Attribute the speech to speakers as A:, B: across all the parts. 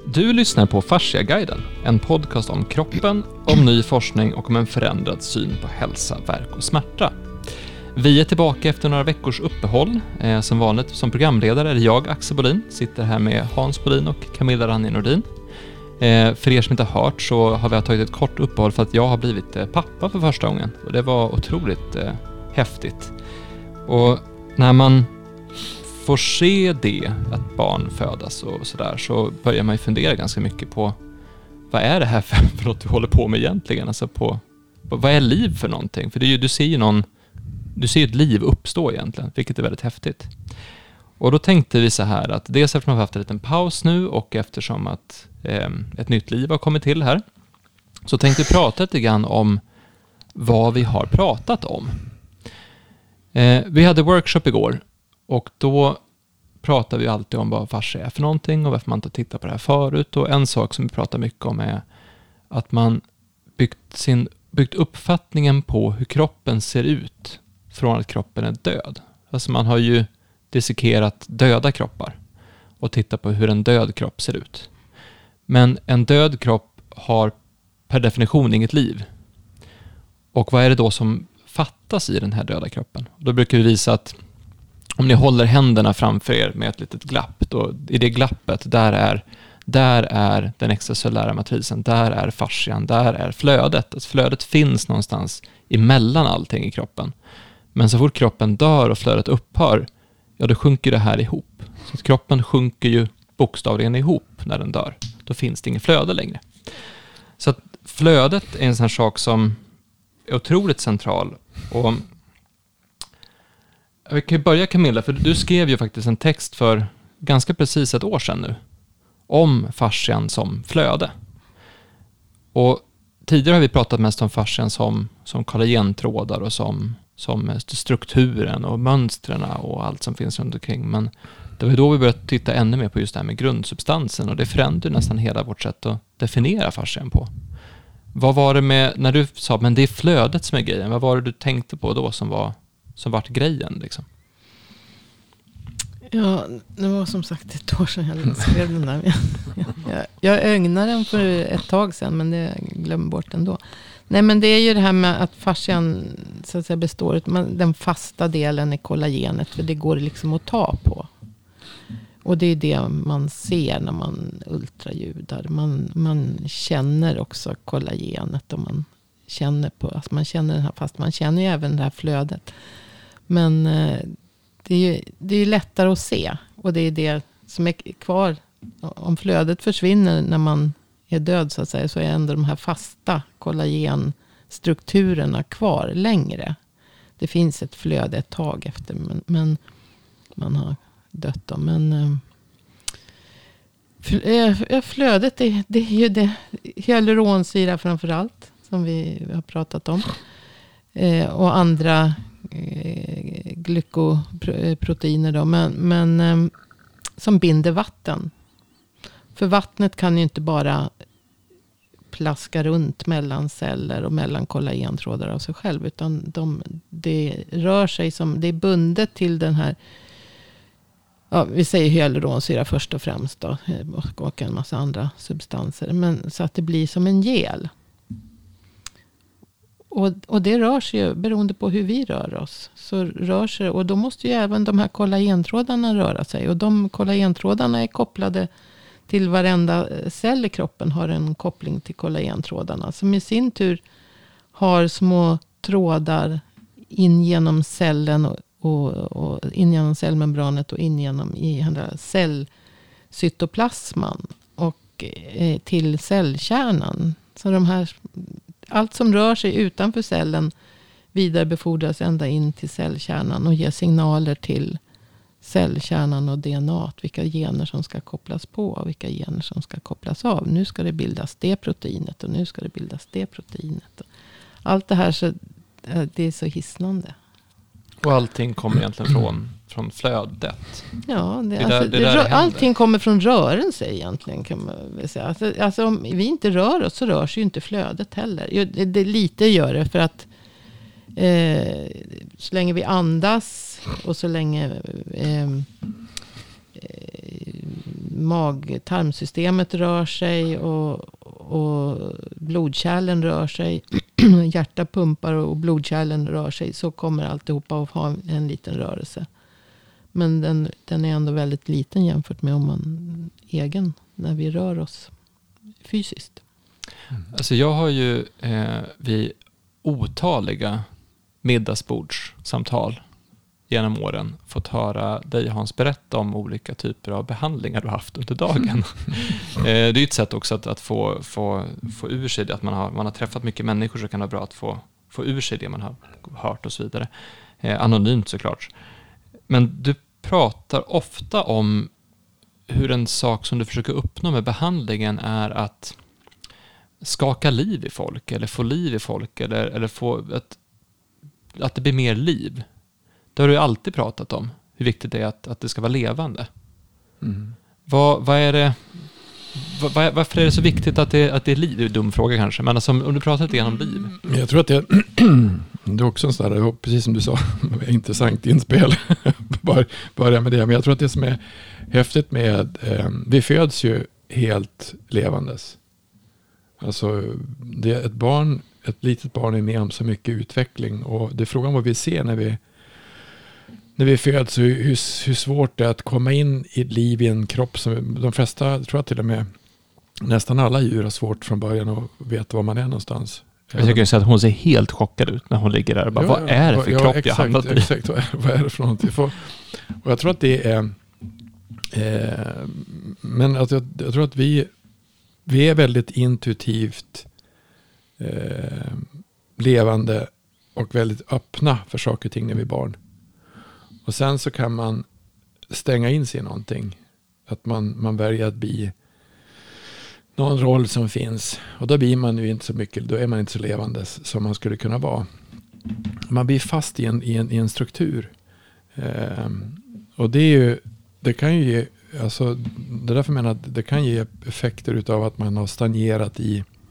A: Du lyssnar på Fasciaguiden, en podcast om kroppen, om ny forskning och om en förändrad syn på hälsa, värk och smärta. Vi är tillbaka efter några veckors uppehåll. Som vanligt som programledare är jag, Axel Bolin, sitter här med Hans Bolin och Camilla Ranje Nordin. För er som inte har hört så har vi tagit ett kort uppehåll för att jag har blivit pappa för första gången. Och det var otroligt häftigt. Och när man får se det, att barn födas och sådär, så börjar man ju fundera ganska mycket på vad är det här för något du håller på med egentligen? Alltså på vad är liv för någonting? För det är ju, du ser ett liv uppstå egentligen, vilket är väldigt häftigt. Och då tänkte vi så här att dels eftersom vi har haft en liten paus nu och eftersom att ett nytt liv har kommit till här, så tänkte vi prata lite grann om vad vi har pratat om. Vi hade workshop igår och då pratade vi alltid om vad fascia är för någonting och varför man inte tittar på det här förut. Och en sak som vi pratar mycket om är att man byggt uppfattningen på hur kroppen ser ut från att kroppen är död. Alltså man har ju dissekerat döda kroppar och tittat på hur en död kropp ser ut. Men en död kropp har per definition inget liv. Och vad är det då som fattas i den här döda kroppen? Då brukar vi visa att om ni håller händerna framför er med ett litet glapp, då i det glappet, där är den extracellulära matrisen, där är fascian, där är flödet. Alltså flödet finns någonstans emellan allting i kroppen. Men så fort kroppen dör och flödet upphör, ja då sjunker det här ihop. Så att kroppen sjunker ju bokstavligen ihop när den dör. Då finns det ingen flöde längre. Så att flödet är en sån här sak som är otroligt central. Och vi kan ju börja, Camilla, för du skrev ju faktiskt en text för ganska precis ett år sedan nu om fascian som flöde. Och tidigare har vi pratat mest om fascian som kollagentrådar och som strukturen och mönstren och allt som finns runt omkring. Men det var då vi började titta ännu mer på just det här med grundsubstansen, och det förändrar nästan hela vårt sätt att definiera fascian på. Vad var det med, när du sa men det är flödet som är grejen, vad var det du tänkte på då som vart grejen liksom?
B: Ja, det var som sagt ett år sedan jag skrev den där. Jag ögnade den för ett tag sedan, men det glömmer bort ändå. Nej, men det är ju det här med att fascian så att säga består av den fasta delen i kollagenet, för det går liksom att ta på. Och det är det man ser när man ultraljudar. Man känner också kollagenet och man känner på, alltså man känner den här, fast man känner ju även det här flödet. Men det är ju lättare att se, och det är det som är kvar. Om flödet försvinner när man är död så att säga, så är ändå de här fasta kollagenstrukturerna kvar längre. Det finns ett flöde ett tag efter, men man har dött då. Men flödet det är ju det hyaluronsyra framförallt som vi har pratat om. Och andra glykoproteiner då, men som binder vatten. För vattnet kan ju inte bara plaska runt mellan celler och mellan kollagentrådar av sig själv, utan det rör sig som, det är bundet till den här, ja, vi säger hyaluronsyra först och främst då, och en massa andra substanser, men så att det blir som en gel. Och det rör sig ju, beroende på hur vi rör oss, så rör sig, och då måste ju även de här kollagentrådarna röra sig, och de kollagentrådarna är kopplade till varenda cell i kroppen, har en koppling till kollagentrådarna, som i sin tur har små trådar in genom cellen och in genom cellmembranet och in genom i cellcytoplasman och till cellkärnan. Så de här, allt som rör sig utanför cellen vidarebefordras ända in till cellkärnan och ger signaler till cellkärnan och DNA, vilka gener som ska kopplas på och vilka gener som ska kopplas av. Nu ska det bildas det proteinet och nu ska det bildas det proteinet. Allt det här, så det är så hisnande. Och
A: allting kommer egentligen från flödet.
B: Ja, allting kommer från rörelse egentligen, kan man väl säga. Alltså om vi inte rör oss så rör sig ju inte flödet heller. Det lite gör det, för att så länge vi andas och så länge mag-tarmsystemet rör sig och blodkärlen rör sig. Hjärta pumpar och blodkärlen rör sig. Så kommer alltihopa att ha en liten rörelse. Men den är ändå väldigt liten jämfört med om man egen när vi rör oss fysiskt.
A: Alltså jag har ju vid otaliga middagsbordssamtal genom åren fått höra dig, Hans, berätta om olika typer av behandlingar du har haft under dagen. Det är ju ett sätt också att få ur sig det, att man har träffat mycket människor, så kan det vara bra att få ur sig det man har hört och så vidare. Anonymt såklart. Men du pratar ofta om hur en sak som du försöker uppnå med behandlingen är att skaka liv i folk, eller få liv i folk, eller få att det blir mer liv. Det har du ju alltid pratat om, hur viktigt det är att det ska vara levande. Mm. Vad är det, varför är det så viktigt att det är liv? Det är en dum fråga kanske, men alltså, om du pratar lite grann om liv.
C: Jag tror att det är också en sån där, precis som du sa, intressant inspel. Börja med det, men jag tror att det som är häftigt med, vi föds ju helt levandes. Alltså, det är ett litet barn är med om så mycket utveckling, och det är frågan vad vi ser när vi föds, hur svårt det är att komma in i ett liv i en kropp som de flesta, tror jag till och med nästan alla djur har svårt från början att veta var man är någonstans.
A: Jag tycker säga att hon ser helt chockad ut när hon ligger där och bara, vad är det för kropp
C: exakt,
A: jag hamnat i?
C: Exakt, vad är det för någonting? Och jag tror att det är men alltså, jag tror att vi är väldigt intuitivt levande och väldigt öppna för saker och ting när vi är barn. Och sen så kan man stänga in sig i någonting. Att man väljer att bli någon roll som finns. Och då blir man ju inte så mycket, då är man inte så levande som man skulle kunna vara. Man blir fast i en struktur. Och det kan ju ge, alltså, det är därför jag menar att det kan ge effekter utav att man har stagnerat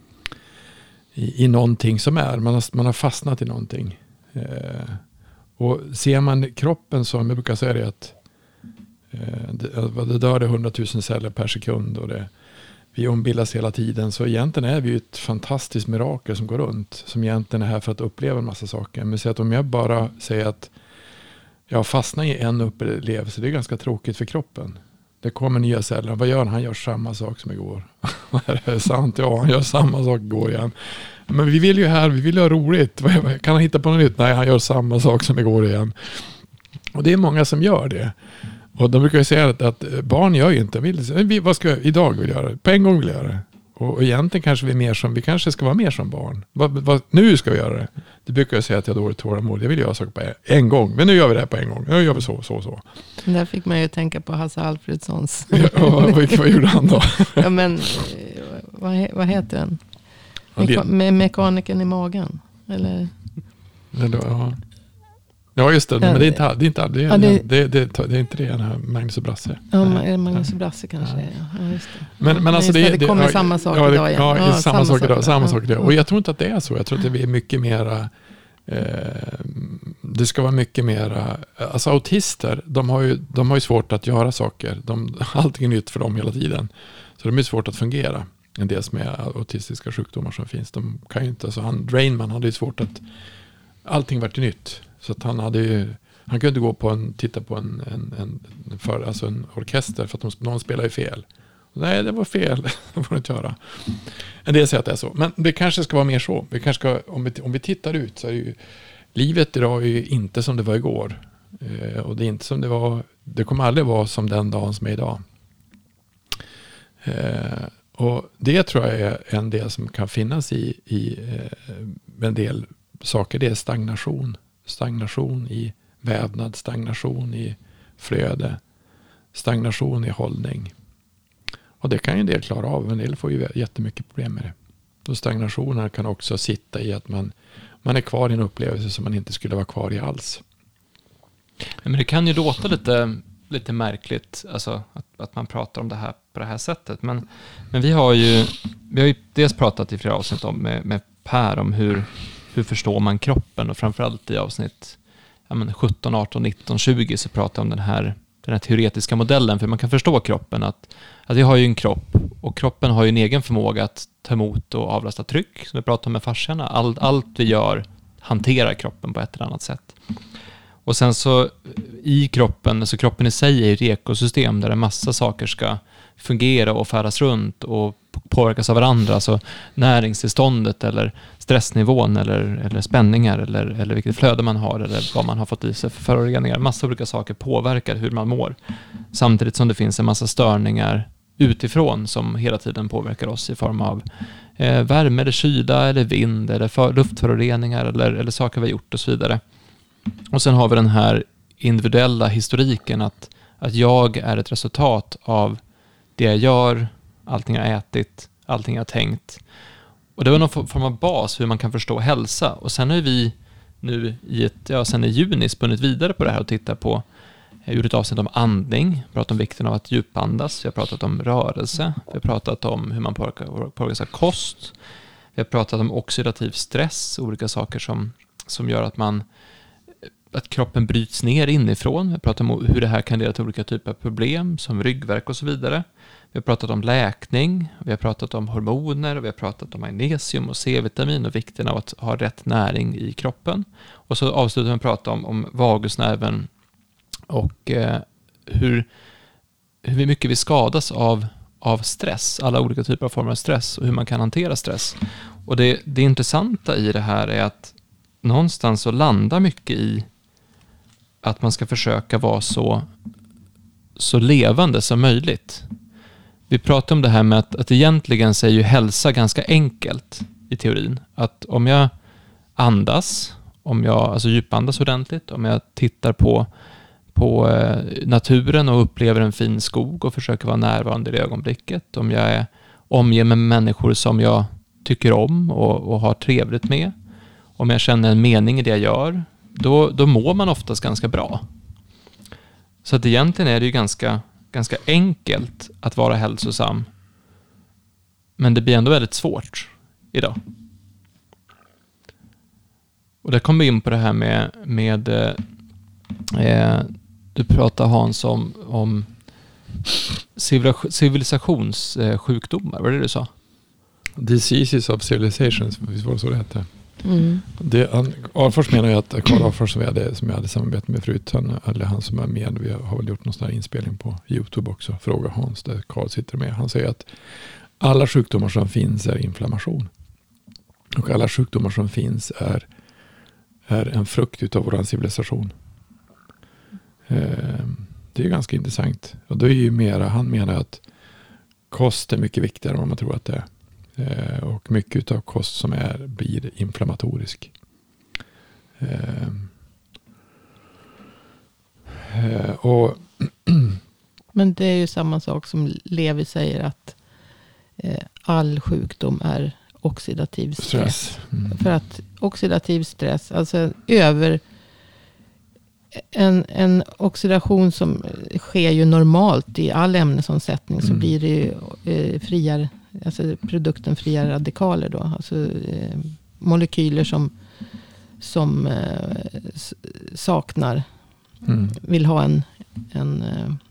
C: i någonting som är. Man har fastnat i någonting. Och ser man kroppen som, jag brukar säga det, att det dör 100 000 celler per sekund och vi ombildas hela tiden. Så egentligen är vi ju ett fantastiskt mirakel som går runt, som egentligen är här för att uppleva en massa saker. Men så att om jag bara säger att jag fastnar i en upplevelse, det är ganska tråkigt för kroppen. Det kommer nya celler. Vad gör han? Han gör samma sak som igår. Är det sant? Ja, han gör samma sak igår igen. Men vi vill ju ha roligt. Kan han hitta på något nytt? Nej, han gör samma sak som igår igen. Och det är många som gör det. Och de brukar ju säga att barn gör ju inte. Vad ska jag idag vill göra? På en gång vill jag göra det. Och egentligen kanske vi kanske ska vara mer som barn. Nu ska vi göra det. Det brukar jag säga att jag har dåligt tålamod. Jag vill göra saker på en gång. Men nu gör vi det här på en gång. Nu gör vi så.
B: Där fick man ju tänka på Hasse Alfredsons.
C: Vad gjorde han då?
B: Ja, men vad heter den? Med mekaniken i magen. Eller?
C: Ja, just det. Men det är inte det här Magnus och Brasse.
B: Ja, Magnus och Brasse kanske är. Ja, just det.
C: Men alltså
B: det kommer samma sak idag igen.
C: Ja, samma sak idag. Samma sak idag. Och jag tror inte att det är så. Jag tror att det är mycket mera det ska vara mymycket mera, alltså autister, de har ju svårt att göra saker. Allting är nytt för dem hela tiden. Så de är svårt att fungera. En del som är autistiska sjukdomar som finns. De kan ju inte, alltså Rainman hade ju svårt att allting var nytt. Så att han kunde gå på titta på en orkester för att någon spelar ju fel. Nej, det var fel. Det får du inte göra. En del säger att det är så. Men det kanske ska vara mer så. Vi kanske ska, om vi tittar ut så är ju livet idag är ju inte som det var igår. Och det är inte som det var. Det kommer aldrig vara som den dagen som är idag. Och det tror jag är en del som kan finnas i en del saker. Det är stagnation. Stagnation i vävnad, stagnation i flöde, stagnation i hållning. Och det kan ju en del klara av, men en del får ju jättemycket problem med det. Och stagnationen kan också sitta i att man är kvar i en upplevelse som man inte skulle vara kvar i alls.
A: Men det kan ju låta lite märkligt, alltså att man pratar om det här på det här sättet. Men vi har ju dels pratat i flera avsnitt med Per om hur förstår man kroppen, och framförallt i avsnitt 17, 18, 19, 20 så pratar om den här den här teoretiska modellen, för man kan förstå kroppen att vi har ju en kropp och kroppen har ju en egen förmåga att ta emot och avlasta tryck, som vi pratar om med fasciarna. Allt vi gör hanterar kroppen på ett eller annat sätt. Och sen så i kroppen, alltså kroppen i sig är ett ekosystem där en massa saker ska fungera och färdas runt och påverkas av varandra, alltså näringstillståndet eller stressnivån eller spänningar eller vilket flöde man har eller vad man har fått i sig för föroreningar. Massa olika saker påverkar hur man mår, samtidigt som det finns en massa störningar utifrån som hela tiden påverkar oss i form av värme eller kyla eller vind eller luftföroreningar eller saker vi har gjort och så vidare. Och sen har vi den här individuella historiken att jag är ett resultat av det jag gör, allting jag har ätit, allting jag har tänkt. Och det var någon form av bas hur man kan förstå hälsa. Och sen har vi nu sen i juni spunnit vidare på det här och tittat på ur ett avsnitt om andning. Vi har pratat om vikten av att djupandas. Vi har pratat om rörelse. Vi har pratat om hur man påverkas av kost. Vi har pratat om oxidativ stress, olika saker som gör att kroppen bryts ner inifrån. Vi har pratat om hur det här kan leda till olika typer av problem som ryggvärk och så vidare. Vi har pratat om läkning, vi har pratat om hormoner, vi har pratat om magnesium och C-vitamin och vikten av att ha rätt näring i kroppen. Och så avslutar vi med att prata om vagusnerven och hur mycket vi skadas av stress, alla olika typer av former av stress och hur man kan hantera stress. Och det intressanta i det här är att någonstans så landar mycket i att man ska försöka vara så levande som möjligt. Vi pratar om det här med att egentligen så är ju hälsa ganska enkelt i teorin. Att om jag andas, alltså djupandas ordentligt, om jag tittar på naturen och upplever en fin skog och försöker vara närvarande i det ögonblicket, om jag är omger med människor som jag tycker om och har trevligt med, om jag känner en mening i det jag gör, då mår man oftast ganska bra. Så att egentligen är det ju ganska enkelt att vara hälsosam. Men det blir ändå väldigt svårt idag. Och där kommer vi in på det här med du pratar, Hans, om civilisationssjukdomar. Vad är det du sa?
C: Diseases of civilizations, visst var det så det hette? Arfors menar ju att Karl Arfors som jag hade samarbete med förut, han som är med, vi har väl gjort någon sån här inspelning på YouTube också, Fråga Hans, där Karl sitter med. Han säger att alla sjukdomar som finns är inflammation. Och alla sjukdomar som finns är en frukt utav vår civilisation. Det är ganska intressant. Och då är ju han menar att kost är mycket viktigare än vad man tror att det är. Och mycket av kost som blir inflammatorisk.
B: Men det är ju samma sak som Levi säger, att all sjukdom är oxidativ stress. För att oxidativ stress, alltså en oxidation som sker ju normalt i all ämnesomsättning, så blir det ju friare, alltså produkten fria radikaler då, alltså molekyler som saknar, vill ha en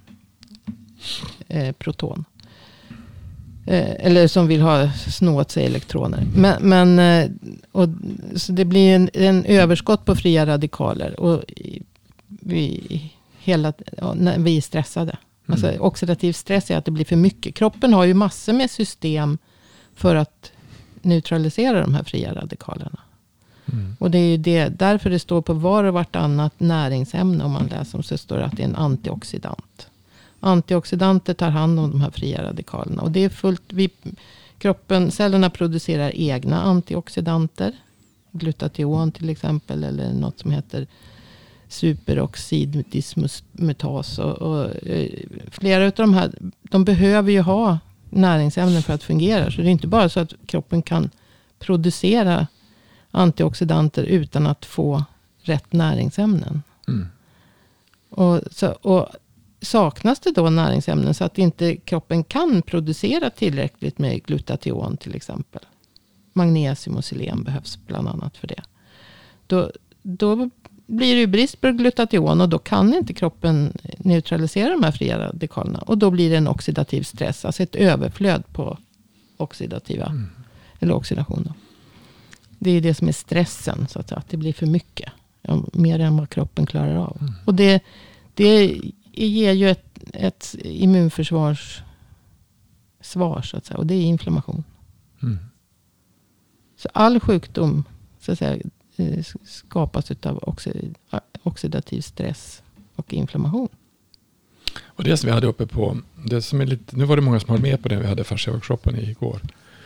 B: proton, eller som vill snå åt sig elektroner, så det blir en överskott på fria radikaler, och när vi är stressade. Alltså oxidativ stress är att det blir för mycket. Kroppen har ju massor med system för att neutralisera de här fria radikalerna. Och det är ju därför det står på var och vartannat näringsämne, om man läser om, så står det att det är en antioxidant. Antioxidanter tar hand om de här fria radikalerna. Och det är cellerna producerar egna antioxidanter. Glutation till exempel, eller något som heter superoxidismutas och flera av de här, de behöver ju ha näringsämnen för att fungera. Så det är inte bara så att kroppen kan producera antioxidanter utan att få rätt näringsämnen. Och saknas det då näringsämnen så att inte kroppen kan producera tillräckligt med glutation till exempel. Magnesium och selen behövs bland annat för det. Då blir det brist på glutation och då kan inte kroppen neutralisera de här fria radikalerna. Och då blir det en oxidativ stress, alltså ett överflöd på oxidativa, eller oxidation då. Det är det som är stressen, så att det blir för mycket. Mer än vad kroppen klarar av. Och det ger ju ett immunförsvarssvar, så att säga. Och det är inflammation. Så all sjukdom, så att säga, skapas av oxidativ stress och inflammation.
C: Och det som vi hade uppe på, det som är lite, nu var det många som höll med på det, vi hade fascia-workshopen igår.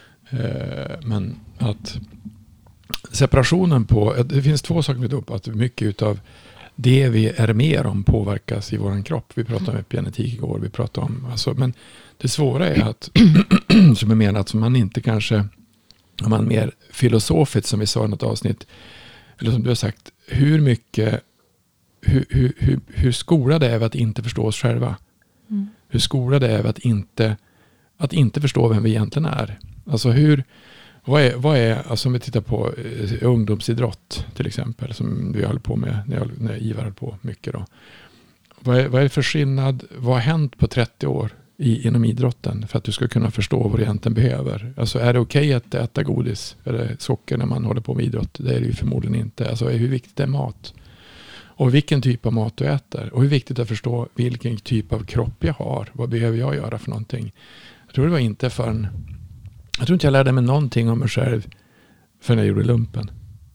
C: Men att separationen på, det finns två saker vi tog upp, att mycket utav det vi är mer om påverkas i våran kropp. Vi pratade om epigenetik igår, vi pratade om, alltså, men det svåra är att, som jag menar, att man inte kanske, om man mer filosofiskt, som vi sa i något avsnitt, eller som du har sagt, hur mycket, hur skolade är vi att inte förstå oss själva? Hur skolade är vi att inte förstå vem vi egentligen är? Alltså vad är alltså om vi tittar på ungdomsidrott till exempel, som vi höll på med när Ivar höll på mycket då. Vad är det för skillnad? Vad har hänt på 30 år inom idrotten för att du ska kunna förstå vad du egentligen behöver? Alltså är det okej att äta godis eller socker när man håller på med idrott? Det är det ju förmodligen inte. Alltså hur viktigt är mat? Och vilken typ av mat du äter. Och hur viktigt att förstå vilken typ av kropp jag har. Vad behöver jag göra för någonting? Jag tror det var inte förrän, jag tror inte jag lärde mig någonting om mig själv förrän jag gjorde lumpen.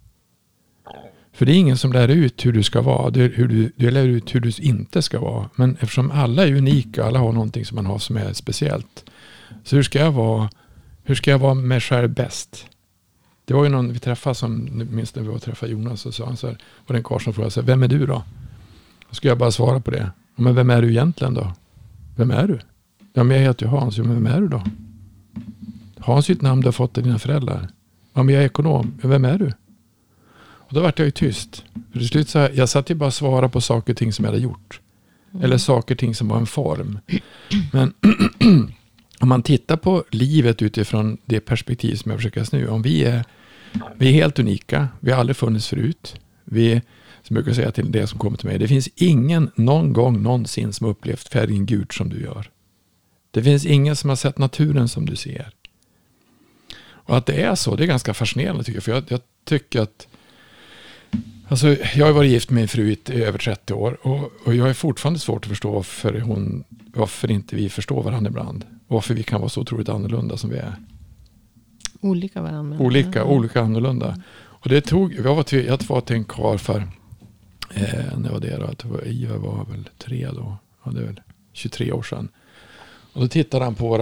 C: För det är ingen som lär ut hur du ska vara. Du lär ut hur du inte ska vara. Men eftersom alla är unika, alla har någonting som man har som är speciellt. Så hur ska jag vara mig själv bäst? Det var ju någon vi träffade, som minst när vi var och träffade Jonas, och så han så här, var det en karl som frågade sig, vem är du då? Då ska jag bara svara på det. Men vem är du egentligen då? Vem är du? Ja, men jag heter ju Hans. Men vem är du då? Hans är ett namn du har fått av dina föräldrar. Ja, men jag är ekonom. Men vem är du? Och då var jag ju tyst. För till slut så jag satt ju bara och svarade på saker och ting som jag hade gjort. Eller saker och ting som var en form. Men om man tittar på livet utifrån det perspektiv som jag försöker nu. Om vi är helt unika. Vi har aldrig funnits förut. Vi, som jag brukar säga till det som kommer till mig. Det finns ingen någon gång någonsin som upplevt färgen gult som du gör. Det finns ingen som har sett naturen som du ser. Och att det är så, det är ganska fascinerande tycker jag. För jag tycker att, alltså jag har varit gift med min fru i över 30 år. Och jag är fortfarande svårt att förstå varför inte vi förstår varandra ibland. Varför vi kan vara så otroligt annorlunda som vi är.
B: Olika varandra.
C: Olika annorlunda. Och det tog, jag var till en karl för, när var det då? Ivar var väl 3 då. Ja, det är väl 23 år sedan. Och då tittade han på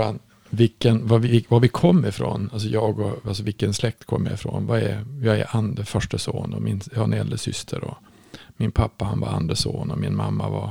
C: var vi kom ifrån. Alltså vilken släkt kommer jag ifrån. Jag är första son och jag har en äldre syster. Och min pappa han var andra son och min mamma var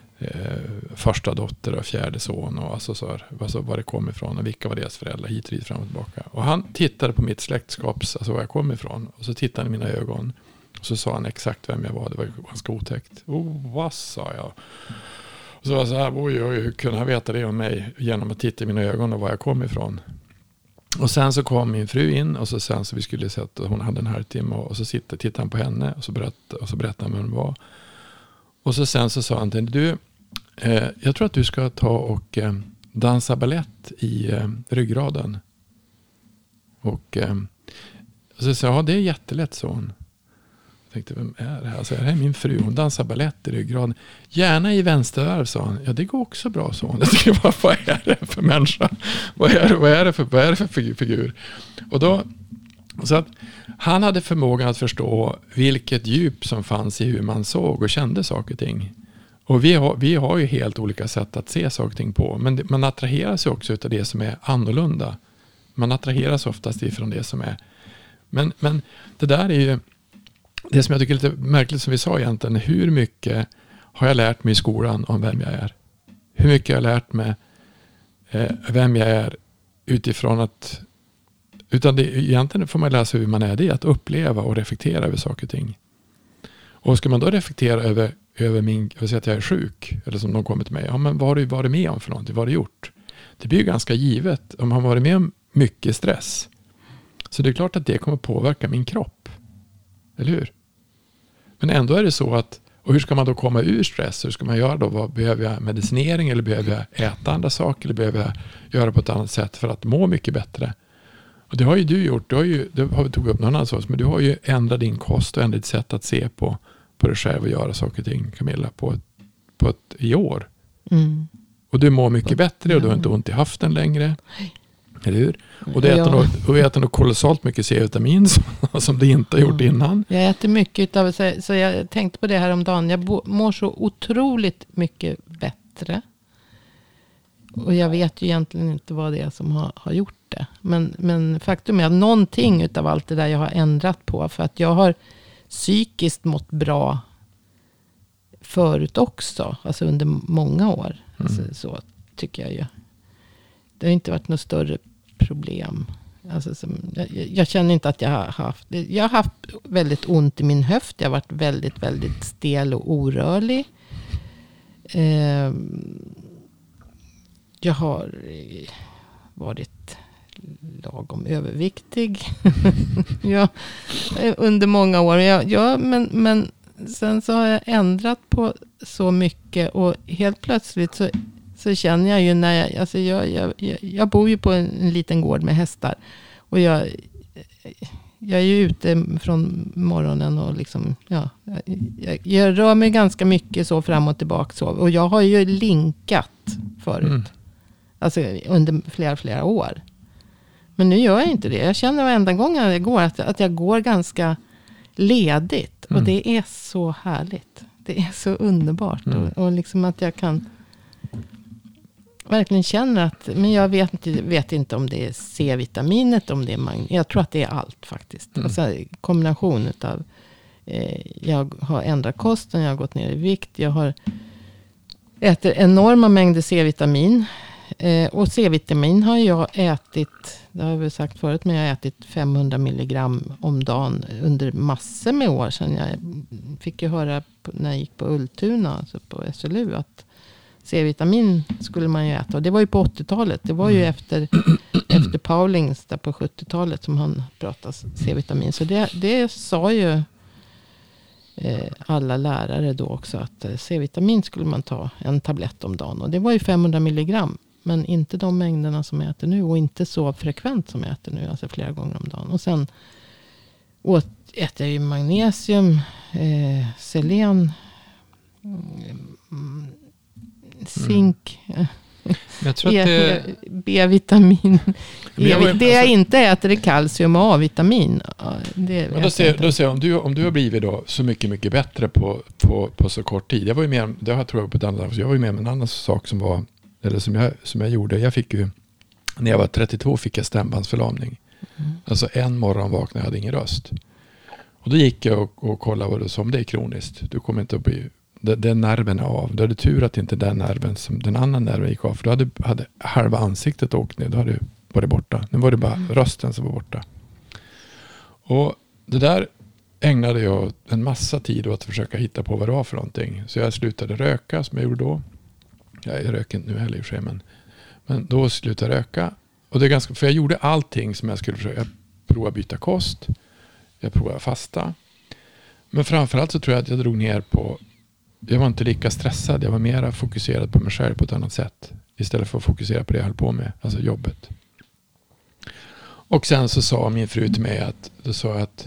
C: första dotter och fjärde son. Och alltså var det kom ifrån och vilka var deras föräldrar hit och dit fram och tillbaka. Och han tittade på mitt släktskaps, alltså var jag kom ifrån. Och så tittade han i mina ögon. Och så sa han exakt vem jag var. Det var ganska otäckt. Vad sa jag? Och så var det så här, oj, hur kunde han veta det om mig genom att titta i mina ögon och var jag kom ifrån. Och sen så kom min fru in och sen så vi skulle se att hon hade en halvtimme och så tittade han på henne och så berättade han vem hon var. Och så sen så sa han till du, jag tror att du ska ta och dansa ballett i ryggraden. Och så sa jag, ja det är jättelätt, så hon. Jag tänkte, vem är det här? Alltså, det här är min fru, hon dansar ballett i ryggraden. Gärna i vänstervarv, sa hon. Ja, det går också bra, sa hon. Jag tänkte, vad är det för människa? Vad är det för figur? Och då, så att han hade förmågan att förstå vilket djup som fanns i hur man såg och kände saker och ting. Och vi har ju helt olika sätt att se saker och ting på. Men man attraheras ju också av det som är annorlunda. Man attraheras oftast ifrån det som är. Men det där är ju det som jag tycker är lite märkligt, som vi sa egentligen. Hur mycket har jag lärt mig i skolan om vem jag är? Hur mycket har jag lärt mig vem jag är utifrån att... Utan det, egentligen får man läsa hur man är. Det är att uppleva och reflektera över saker och ting. Och ska man då reflektera över min... Jag säger att jag är sjuk. Eller som någon kommer till mig. Ja, men vad har du varit med om för någonting? Vad har du gjort? Det blir ju ganska givet. Om man har varit med om mycket stress. Så det är klart att det kommer påverka min kropp. Eller hur? Men ändå är det så att, och hur ska man då komma ur stress? Hur ska man göra då? Behöver jag medicinering eller behöver jag äta andra saker eller behöver jag göra på ett annat sätt för att må mycket bättre? Och det har ju du gjort. Det har vi tagit upp någon annan sak, men du har ju ändrat din kost och ändrat ditt sätt att se på dig själv och göra saker och ting, Camilla, i år.
B: Mm.
C: Och du mår mycket bättre och du har inte ont i höften längre. Eller hur? Och du äter nog kolossalt mycket C-vitamin som du inte har gjort innan.
B: Jag äter mycket av, så jag tänkte på det här om dagen. Jag mår så otroligt mycket bättre. Och jag vet ju egentligen inte vad det är som har gjort det. Men faktum är att någonting utav allt det där jag har ändrat på. För att jag har psykiskt mått bra förut också. Alltså under många år. Alltså, så tycker jag ju. Det har inte varit något större problem. Alltså jag känner inte att jag har haft... Jag har haft väldigt ont i min höft. Jag har varit väldigt, väldigt stel och orörlig. Jag har varit lagom överviktig. Under många år. Men sen så har jag ändrat på så mycket. Och helt plötsligt så känner jag ju när jag bor ju på en liten gård med hästar. Och jag är ju ute från morgonen och liksom, jag rör mig ganska mycket så fram och tillbaka så. Och jag har ju linkat förut. Alltså under flera år. Men nu gör jag inte det. Jag känner varenda gång jag går att jag går ganska ledigt. Och det är så härligt. Det är så underbart. Och liksom att jag kan verkligen känna att, men jag vet inte om det är C-vitaminet, om det är magnet. Jag tror att det är allt faktiskt. Alltså kombination utav jag har ändrat kosten, jag har gått ner i vikt, jag äter enorma mängder C-vitamin. Och C-vitamin har jag ätit, det har jag väl sagt förut, men jag har ätit 500 milligram om dagen under massor med år sedan. Jag fick ju höra när jag gick på Ultuna, alltså på SLU, att C-vitamin skulle man ju äta. Och det var ju på 80-talet. Det var ju efter Paulings där på 70-talet som han pratade C-vitamin. Så det sa ju alla lärare då också, att C-vitamin skulle man ta en tablett om dagen. Och det var ju 500 milligram. Men inte de mängderna som jag äter nu. Och inte så frekvent som jag äter nu. Alltså flera gånger om dagen. Och sen äter jag ju magnesium, selen, zink,
A: Jag tror att
B: B-vitamin. Det jag inte äter är kalcium och A-vitamin.
C: Men då ser jag, om du har blivit då så mycket bättre på så kort tid. Jag var ju med, det har jag tror jag på ett annat, jag var ju med om en annan sak som var, eller som jag gjorde. Jag fick ju, när jag var 32 fick jag stämbandsförlamning. Alltså en morgon vaknade jag hade ingen röst. Och då gick jag och kollade vad det som, det är kroniskt. Du kommer inte att bli, den nerven är av. Du hade tur att inte den nerven som den andra nerven gick av. För du hade halva ansiktet åkt ner. Då hade du varit borta. Nu var det bara rösten som var borta. Och det där ägnade jag en massa tid åt att försöka hitta på vad det var för någonting. Så jag slutade röka som jag gjorde då. Jag röker inte nu heller i och för sig. Men då slutade jag röka. Och det är ganska, för jag gjorde allting som jag skulle försöka. Jag provade byta kost. Jag provade fasta. Men framförallt så tror jag att jag drog ner på, jag var inte lika stressad. Jag var mer fokuserad på mig själv på ett annat sätt. Istället för att fokusera på det jag höll på med. Alltså jobbet. Och sen så sa min fru till mig att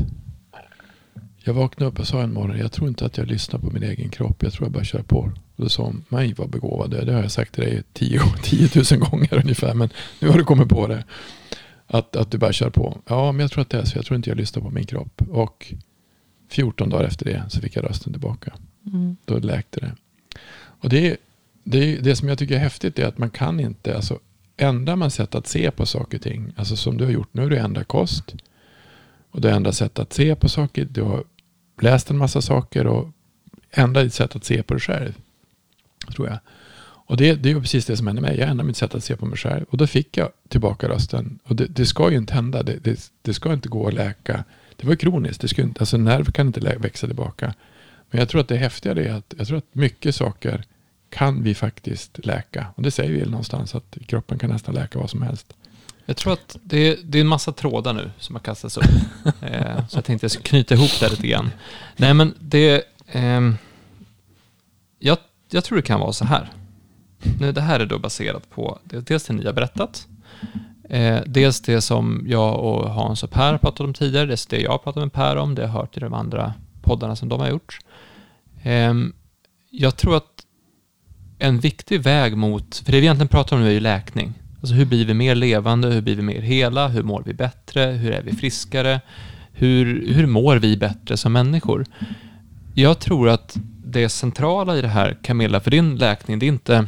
C: jag vaknade upp och sa en morgon, jag tror inte att jag lyssnar på min egen kropp. Jag tror jag bara kör på. Och då sa hon, mig var begåvad. Det har jag sagt till dig 10 000 gånger ungefär. Men nu har du kommit på det. Att du bara kör på. Ja, men jag tror att det är så. Jag tror inte jag lyssnar på min kropp. Och 14 dagar efter det så fick jag rösten tillbaka. Då läkte det. Och det som jag tycker är häftigt är att man kan inte, alltså ändrar man sätt att se på saker och ting, alltså som du har gjort nu, du ändrar kost och du ändrar sätt att se på saker, du har läst en massa saker och ändrar ditt sätt att se på dig själv, tror jag. Och det är ju precis det som hände mig. Jag ändrade mitt sätt att se på mig själv och då fick jag tillbaka rösten. Och det ska ju inte hända, det ska inte gå att läka. Det var kroniskt, det ska inte, alltså nerv kan inte växa tillbaka. Men jag tror att det häftiga är att jag tror att mycket saker kan vi faktiskt läka. Och det säger vi någonstans att kroppen kan nästan läka vad som helst.
A: Jag tror att det är en massa trådar nu som har kastats upp. Så jag tänkte jag skulle knyta ihop det lite grann. Nej, men jag tror det kan vara så här. Nu, det här är då baserat på dels det ni har berättat. Dels det som jag och Hans och Per har pratat om tidigare. Dels det jag har pratat med Per om. Det har jag hört i de andra poddarna som de har gjort. Jag tror att en viktig väg mot... För det vi egentligen pratar om nu är ju läkning. Alltså hur blir vi mer levande? Hur blir vi mer hela? Hur mår vi bättre? Hur är vi friskare? Hur mår vi bättre som människor? Jag tror att det centrala i det här, Camilla, för din läkning, det är inte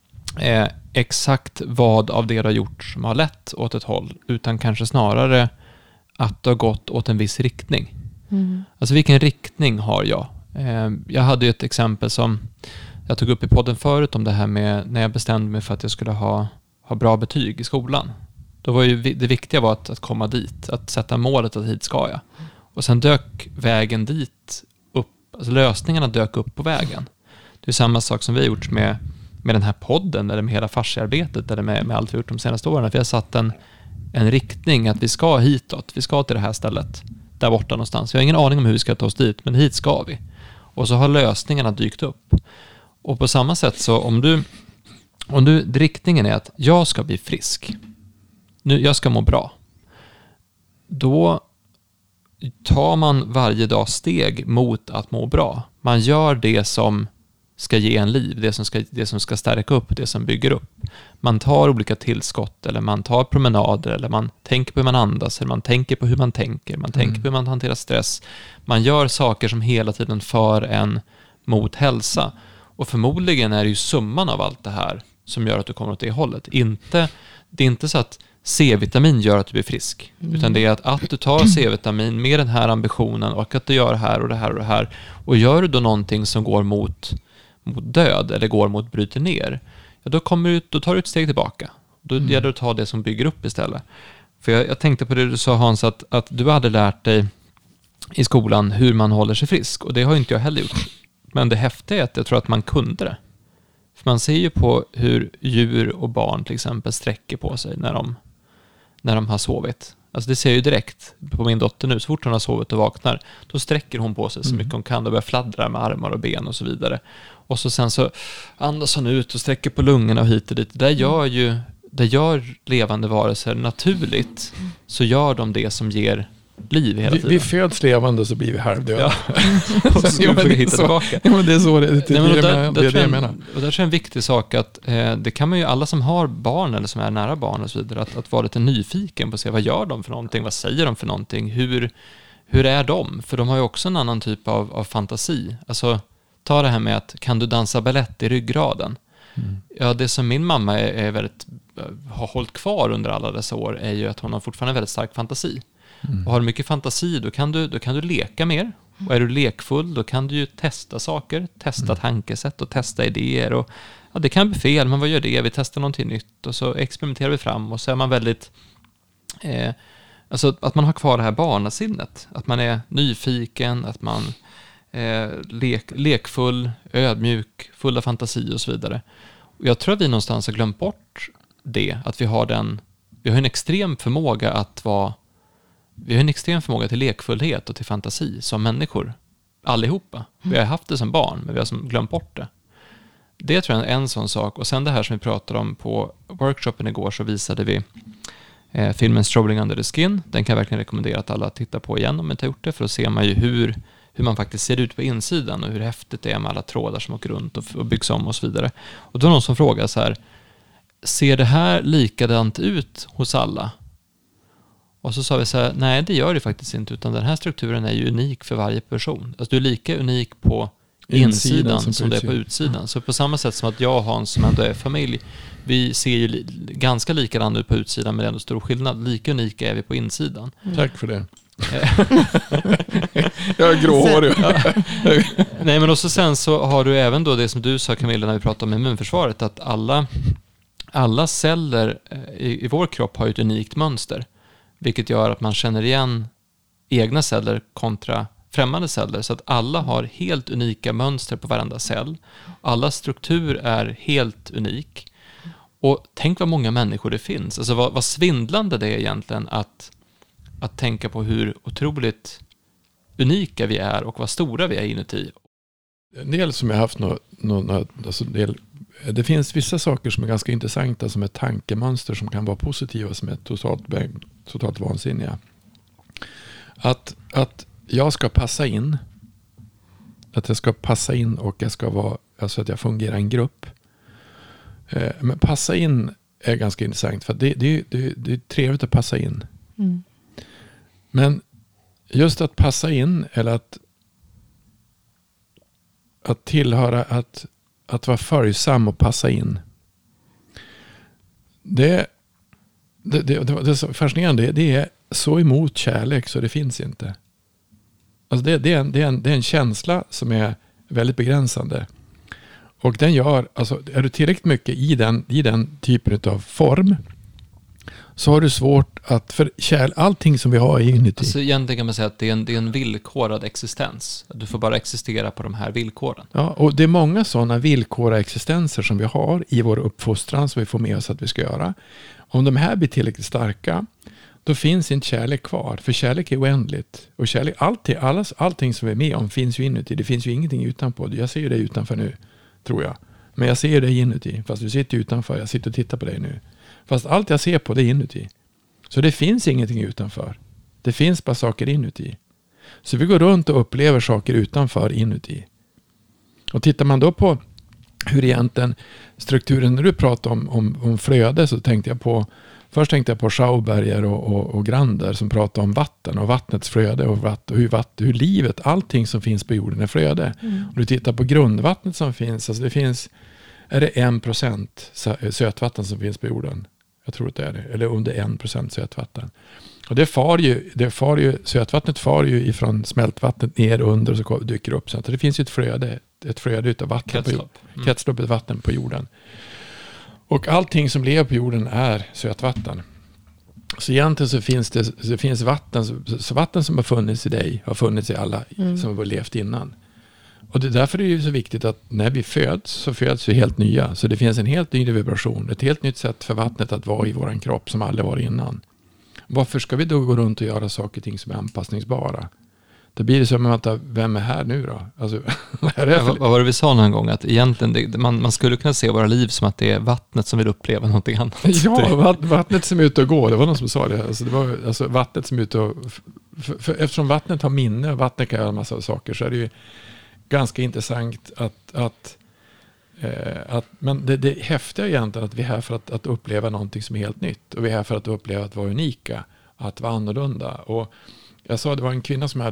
A: exakt vad av det du har gjort som har lett åt ett håll, utan kanske snarare att det har gått åt en viss riktning. Alltså vilken riktning har jag? Jag hade ju ett exempel som jag tog upp i podden förut om det här med när jag bestämde mig för att jag skulle ha bra betyg i skolan. Då var ju det viktiga var att komma dit, att sätta målet att hit ska jag. Och sen dök vägen dit upp, alltså lösningarna dök upp på vägen. Det är samma sak som vi har gjort med den här podden eller med hela fasciarbetet eller med allt vi har gjort de senaste åren. För jag har satt en riktning att vi ska hitåt, vi ska till det här stället där borta någonstans. Jag har ingen aning om hur vi ska ta oss dit, men hit ska vi. Och så har lösningarna dykt upp. Och på samma sätt så om du riktningen är att jag ska bli frisk. Nu, jag ska må bra. Då tar man varje dag steg mot att må bra. Man gör det som ska ge en liv, det som ska stärka upp, det som bygger upp. Man tar olika tillskott eller man tar promenader eller man tänker på hur man andas eller man tänker på hur man tänker. Man tänker på hur man hanterar stress. Man gör saker som hela tiden för en mot hälsa. Och förmodligen är det ju summan av allt det här som gör att du kommer åt det hållet. Det är inte så att C-vitamin gör att du blir frisk. Utan det är att du tar C-vitamin med den här ambitionen och att du gör det här och det här och det här. Och gör du då någonting som går mot död eller går mot bryter ner, ja, då tar du ett steg tillbaka. Då gäller det att ta det som bygger upp istället. För jag tänkte på det du sa, Hans, att du hade lärt dig i skolan hur man håller sig frisk. Och det har inte jag heller gjort. Men det häftiga är att jag tror att man kunde det. För man ser ju på hur djur och barn till exempel sträcker på sig när de har sovit. Alltså det ser jag ju direkt på min dotter nu. Så fort hon har sovit och vaknar, då sträcker hon på sig så mycket hon kan och börjar fladdra med armar och ben och så vidare. Och så sen så andas hon ut och sträcker på lungorna och hit och dit. Det gör levande varelser naturligt, så gör de det som ger liv hela tiden.
C: Vi föds levande och så blir vi halvdöda.
A: Ja. Och så ska vi hitta tillbaka.
C: Ja, men det är så det jag menar.
A: Och där är en viktig sak att det kan man ju, alla som har barn eller som är nära barn och så vidare, att vara lite nyfiken på att se vad gör de för någonting, vad säger de för någonting, hur är de? För de har ju också en annan typ av fantasi. Alltså, ta det här med att kan du dansa ballett i ryggraden? Ja, det som min mamma har hållit kvar under alla dessa år är ju att hon har fortfarande en väldigt stark fantasi. Och har du mycket fantasi, då kan du leka mer. Och är du lekfull, då kan du ju testa saker, testa tankesätt och testa idéer. Och, ja, det kan bli fel, men vad gör det? Vi testar någonting nytt och så experimenterar vi fram. Och så är man väldigt... alltså att man har kvar det här barnasinnet. Att man är nyfiken, att man lekfull, ödmjuk, full av fantasi och så vidare. Och jag tror att vi någonstans har glömt bort det. Att vi har en extrem förmåga vi har en extrem förmåga till lekfullhet och till fantasi som människor. Allihopa. Vi har haft det som barn, men vi har glömt bort det. Det tror jag är en sån sak. Och sen det här som vi pratade om på workshopen igår, så visade vi filmen Strolling Under the Skin. Den kan jag verkligen rekommendera att alla tittar på igen om man inte har gjort det. För då ser man ju hur man faktiskt ser ut på insidan och hur häftigt det är med alla trådar som åker runt och byggs om och så vidare. Och då är någon som frågar så här: ser det här likadant ut hos alla? Och så sa vi så här: nej, det gör det faktiskt inte, utan den här strukturen är ju unik för varje person. Alltså du är lika unik på insidan som det är på utsidan. Så på samma sätt som att jag och Hans, som ändå är familj, vi ser ju ganska likadant ut på utsidan, men det är ändå stor skillnad. Lika unika är vi på insidan.
C: Tack för det. Jag är gråhårig.
A: Nej, men också sen så har du även då det som du sa, Camilla, när vi pratade om immunförsvaret, att alla celler i vår kropp har ju ett unikt mönster, vilket gör att man känner igen egna celler kontra främmande celler, så att alla har helt unika mönster på varenda cell. Alla struktur är helt unik. Och tänk vad många människor det finns. Alltså vad svindlande det är egentligen att tänka på hur otroligt unika vi är och vad stora vi är inuti.
C: En del som jag haft det finns vissa saker som är ganska intressanta som är tankemönster som kan vara positiva som är totalt vansinniga. Att jag ska passa in. Att jag ska passa in och jag ska vara, alltså att jag fungerar i en grupp. Men passa in är ganska intressant för det är trevligt att passa in.
B: Mm.
C: Men just att passa in eller att tillhöra, att vara följsam och passa in. Det är så fascinerande. Det är så emot kärlek så det finns inte. Alltså det är en känsla som är väldigt begränsande. Och den gör, alltså är du tillräckligt mycket i den typen av form så har du svårt att, för allting som vi har är inuti.
A: Alltså egentligen kan man säga att det är en villkorad existens. Du får bara existera på de här villkoren.
C: Ja, och det är många sådana villkorade existenser som vi har i vår uppfostran som vi får med oss att vi ska göra. Om de här blir tillräckligt starka, då finns inte kärlek kvar. För kärlek är oändligt. Och kärlek, allting som vi är med om finns ju inuti. Det finns ju ingenting utanpå. Jag ser ju det utanför nu, tror jag. Men jag ser ju det inuti. Fast du sitter utanför. Jag sitter och tittar på dig nu. Fast allt jag ser på det är inuti. Så det finns ingenting utanför. Det finns bara saker inuti. Så vi går runt och upplever saker utanför inuti. Och tittar man då på hur egentligen strukturen, när du pratar om flöde så tänkte jag på, först tänkte jag på Schauberger och Grander som pratar om vatten och vattnets flöde och hur livet, allting som finns på jorden är flöde. Och du tittar på grundvattnet som finns, alltså det finns, är det 1% sötvatten som finns på jorden? Jag tror att det är det, eller under 1% sötvatten. Och det far ju, sötvattnet far ju ifrån smältvattnet ner under och så dyker upp. Så det finns ju ett flöde utav vatten. Kretslopp av vatten på jorden. Och allting som lever på jorden är sötvatten. Så egentligen så finns vatten, så vatten som har funnits i dig har funnits i alla som har levt innan. Och det är därför det är ju så viktigt att när vi föds så föds vi helt nya. Så det finns en helt ny vibration, ett helt nytt sätt för vattnet att vara i våran kropp som aldrig var innan. Varför ska vi då gå runt och göra saker och ting som är anpassningsbara? Då blir det som att vem är här nu då? Alltså,
A: vad var det vi sa någon gång? Att egentligen man skulle kunna se våra liv som att det är vattnet som vill uppleva någonting annat.
C: Ja, vattnet som är ute och går. Det var någon som sa det. Alltså, det var alltså vattnet som är ute och... För eftersom vattnet har minne och vattnet kan göra en massa saker så är det ju ganska intressant att men det häftiga är egentligen att vi är här för att uppleva någonting som är helt nytt. Och vi är här för att uppleva att vara unika. Att vara annorlunda. Och jag sa det var en kvinna som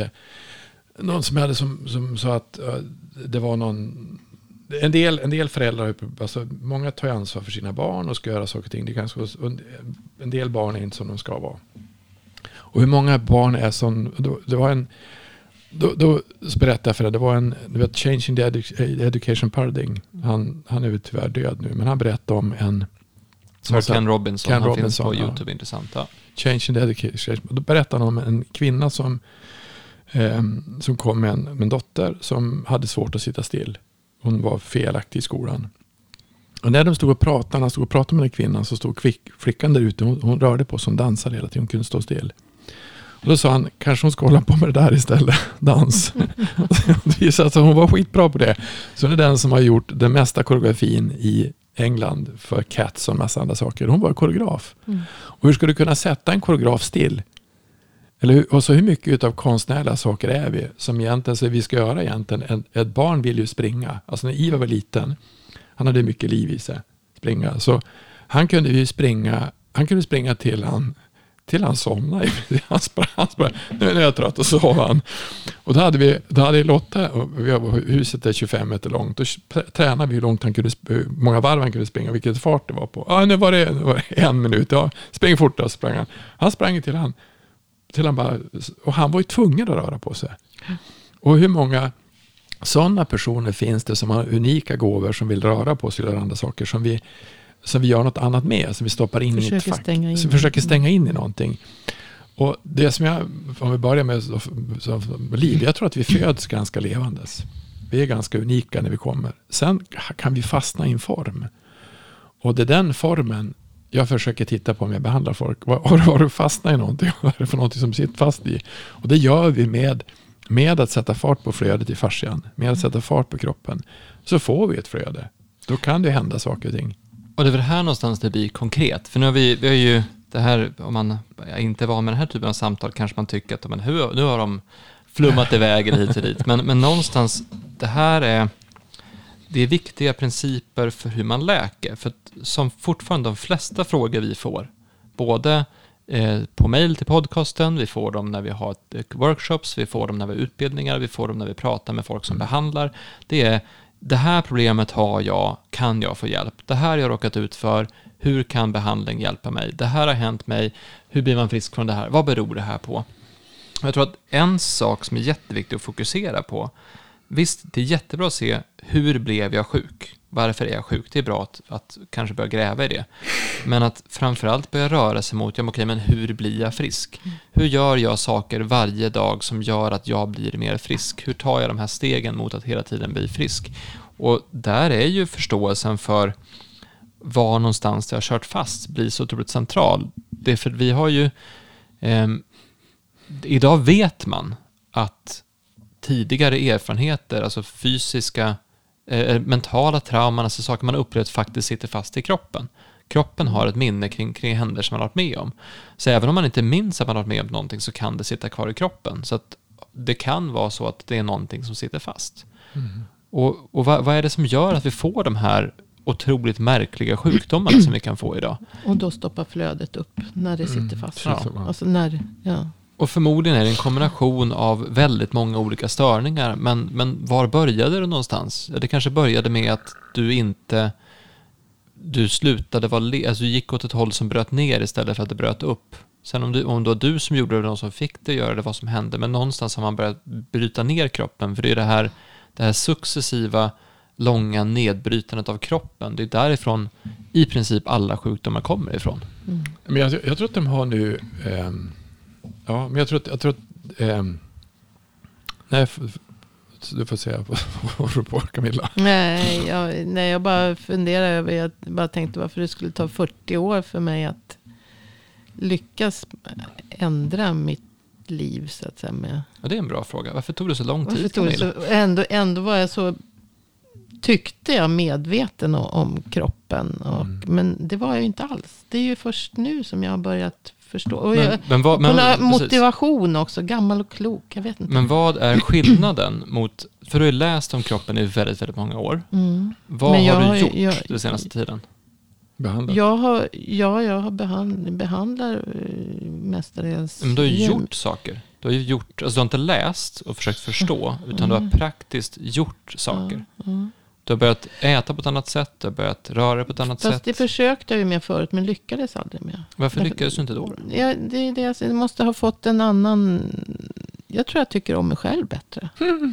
C: sa att det var en del föräldrar, alltså många tar ansvar för sina barn och ska göra saker och ting. Det kanske en del barn är inte som de ska vara. Och hur många barn är som det var en då berättade jag för det var Changing the Education Paradigm. Han är väl tyvärr död nu, men han berättade om en
A: Ken Robinson finns på YouTube, intressant. Ja.
C: Changing the Education. Då berättade han om en kvinna som kom med en dotter som hade svårt att sitta still. Hon var felaktig i skolan. Och när de stod och pratade med den kvinnan så stod flickan där ute. Hon rörde på sig, hon dansade hela tiden, hon kunde stå still. Och då sa han, kanske hon ska hålla på med det där istället, dans. Det visade sig att hon var skitbra på det. Så hon är den som har gjort den mesta koreografin i England för Cats och en massa andra saker. Hon var koreograf. Och hur ska du kunna sätta en koreograf still? Och så hur mycket av konstnärliga saker är vi som egentligen så vi ska göra egentligen. Ett barn vill ju springa. Alltså när Ivar var liten, han hade mycket liv i sig. Springa. Så han kunde ju springa till han somnade. Han sprang. Nu är jag trött och så var han. Och då hade Lotta, och huset är 25 meter långt. Då tränade vi hur långt många varv han kunde springa, vilket fart det var på. Nu var det 1 minut. Ja, spring fortare, sprang han. Han sprang till han bara, och han var ju tvungen att röra på sig. Och hur många sådana personer finns det som har unika gåvor som vill röra på sig eller andra saker som vi gör något annat med, som vi stoppar in i ett fack. Som försöker stänga in i någonting. Och det som om vi börjar med liv, jag tror att vi föds ganska levandes. Vi är ganska unika när vi kommer. Sen kan vi fastna i en form. Och det är den formen jag försöker titta på om jag behandlar folk. Har du fastnat i någonting? Vad är det för någonting som sitter fast i? Och det gör vi med att sätta fart på flödet i fascian. Med att sätta fart på kroppen. Så får vi ett flöde. Då kan det hända saker och ting.
A: Och det är väl här någonstans det blir konkret. För nu har vi har ju det här, om man inte var med den här typen av samtal kanske man tycker att nu har de flummat iväg eller hit och dit. Men någonstans, det är viktiga principer för hur man läker. För att, som fortfarande de flesta frågor vi får, både på mejl till podcasten, vi får dem när vi har workshops, vi får dem när vi har utbildningar, vi får dem när vi pratar med folk som behandlar. Det här problemet har jag, kan jag få hjälp? Det här har jag råkat ut för, hur kan behandling hjälpa mig? Det här har hänt mig, hur blir man frisk från det här? Vad beror det här på? Jag tror att en sak som är jätteviktig att fokusera på, visst, det är jättebra att se hur blev jag sjuk? Varför är jag sjuk? Det är bra att kanske börja gräva i det. Men att framförallt börja röra sig mot, men hur blir jag frisk? Hur gör jag saker varje dag som gör att jag blir mer frisk? Hur tar jag de här stegen mot att hela tiden bli frisk? Och där är ju förståelsen för var någonstans det har kört fast blir så otroligt central. Det är för att vi har ju idag vet man att tidigare erfarenheter, alltså fysiska, mentala trauman, alltså saker man upplevt faktiskt sitter fast i kroppen. Kroppen har ett minne kring händelser man har varit med om. Så även om man inte minns att man har varit med om någonting så kan det sitta kvar i kroppen. Så att det kan vara så att det är någonting som sitter fast. Mm. Och vad är det som gör att vi får de här otroligt märkliga sjukdomarna som vi kan få idag?
B: Och då stoppar flödet upp när det sitter fast.
A: Ja.
B: Alltså
A: Och förmodligen är det en kombination av väldigt många olika störningar. Men var började det någonstans? Det kanske började med att du slutade alltså du gick åt ett håll som bröt ner istället för att det bröt upp. Sen om det var du som gjorde det, någon som fick det göra det, vad som hände. Men någonstans har man börjat bryta ner kroppen. För det är det här successiva, långa nedbrytandet av kroppen. Det är därifrån i princip alla sjukdomar kommer ifrån.
C: Mm. Men jag tror att de har nu... Ja, men jag tror att nej, du får säga vad du på, Camilla.
B: Nej, jag bara funderar över, jag bara tänkte varför det skulle ta 40 år för mig att lyckas ändra mitt liv så att säga med.
A: Ja, det är en bra fråga. Varför tog det så lång tid, Camilla?
B: Ändå var jag så, tyckte jag, medveten om kroppen men det var jag ju inte alls. Det är ju först nu som jag har börjat förstå. Och motivation precis. Också, gammal och klok, jag vet inte.
A: Men vad är skillnaden mot, för du har läst om kroppen i väldigt, väldigt många år. Vad har du gjort den senaste tiden?
C: Behandlat?
B: Jag har behandlar mestadels.
A: Men du har gjort saker. Du har gjort, alltså du har inte läst och försökt förstå, utan du har praktiskt gjort saker. Du har börjat äta på ett annat sätt, du har börjat röra på ett annat sätt.
B: Fast det försökte jag ju med förut, men lyckades aldrig med.
A: Varför lyckades du inte då?
B: Ja, det måste ha fått en annan... Jag tror jag tycker om mig själv bättre.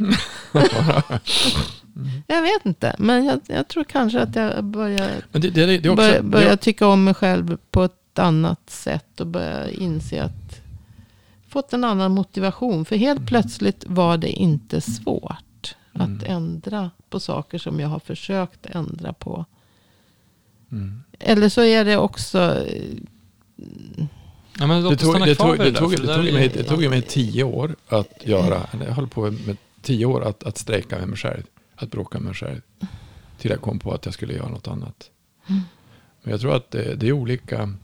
B: Jag vet inte, men jag tror kanske att jag börjar tycka om mig själv på ett annat sätt och börjar inse att fått en annan motivation. För helt plötsligt var det inte svårt att ändra på saker som jag har försökt ändra på. Eller så är det också...
A: Ja, men
C: det tog mig 10 år att göra. Jag höll på med 10 år att strejka med mig själv. Att bråka med mig själv. Till jag kom på att jag skulle göra något annat. Men jag tror att det är olika...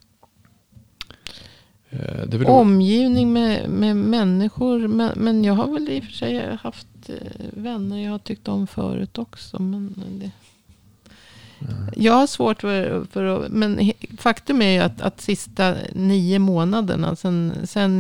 B: omgivning med människor. Men jag har väl i och för sig haft vänner jag har tyckt om förut också. Men jag har svårt för att... Men faktum är ju att sista 9 månaderna, sen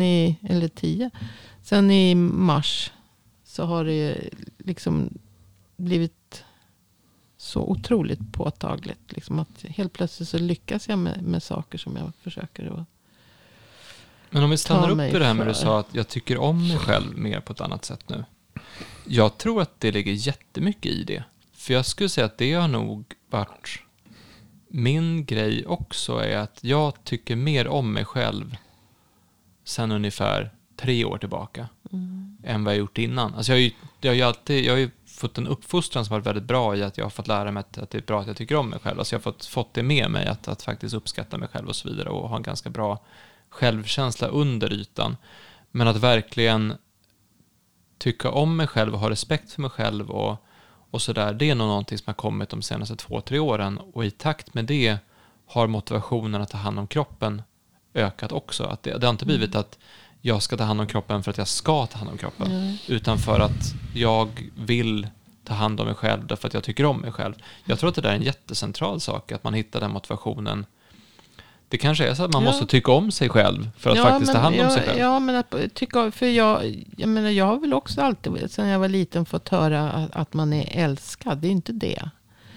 B: i mars, så har det liksom blivit så otroligt påtagligt. Liksom att helt plötsligt så lyckas jag med saker som jag försöker att...
A: Men om vi stannar upp i det här med du sa att jag tycker om mig själv mer på ett annat sätt nu. Jag tror att det ligger jättemycket i det. För jag skulle säga att det har nog varit min grej också, är att jag tycker mer om mig själv sen ungefär 3 år tillbaka än vad jag gjort innan. Alltså jag har ju fått en uppfostran som varit väldigt bra i att jag har fått lära mig att det är bra att jag tycker om mig själv. Alltså jag har fått det med mig att faktiskt uppskatta mig själv och så vidare och ha en ganska bra självkänsla under ytan. Men att verkligen tycka om mig själv och ha respekt för mig själv och sådär, det är nog någonting som har kommit de senaste 2-3 åren och i takt med det har motivationen att ta hand om kroppen ökat också. Att det har inte blivit att jag ska ta hand om kroppen för att jag ska ta hand om kroppen, utan för att jag vill ta hand om mig själv därför att jag tycker om mig själv. Jag tror att det där är en jättecentral sak, att man hittar den motivationen. Det kanske är så att man måste tycka om sig själv för att faktiskt ta hand om sig själv.
B: Ja, men att tycka, för jag menar, jag har väl också alltid sedan jag var liten fått höra att man är älskad. Det är inte det.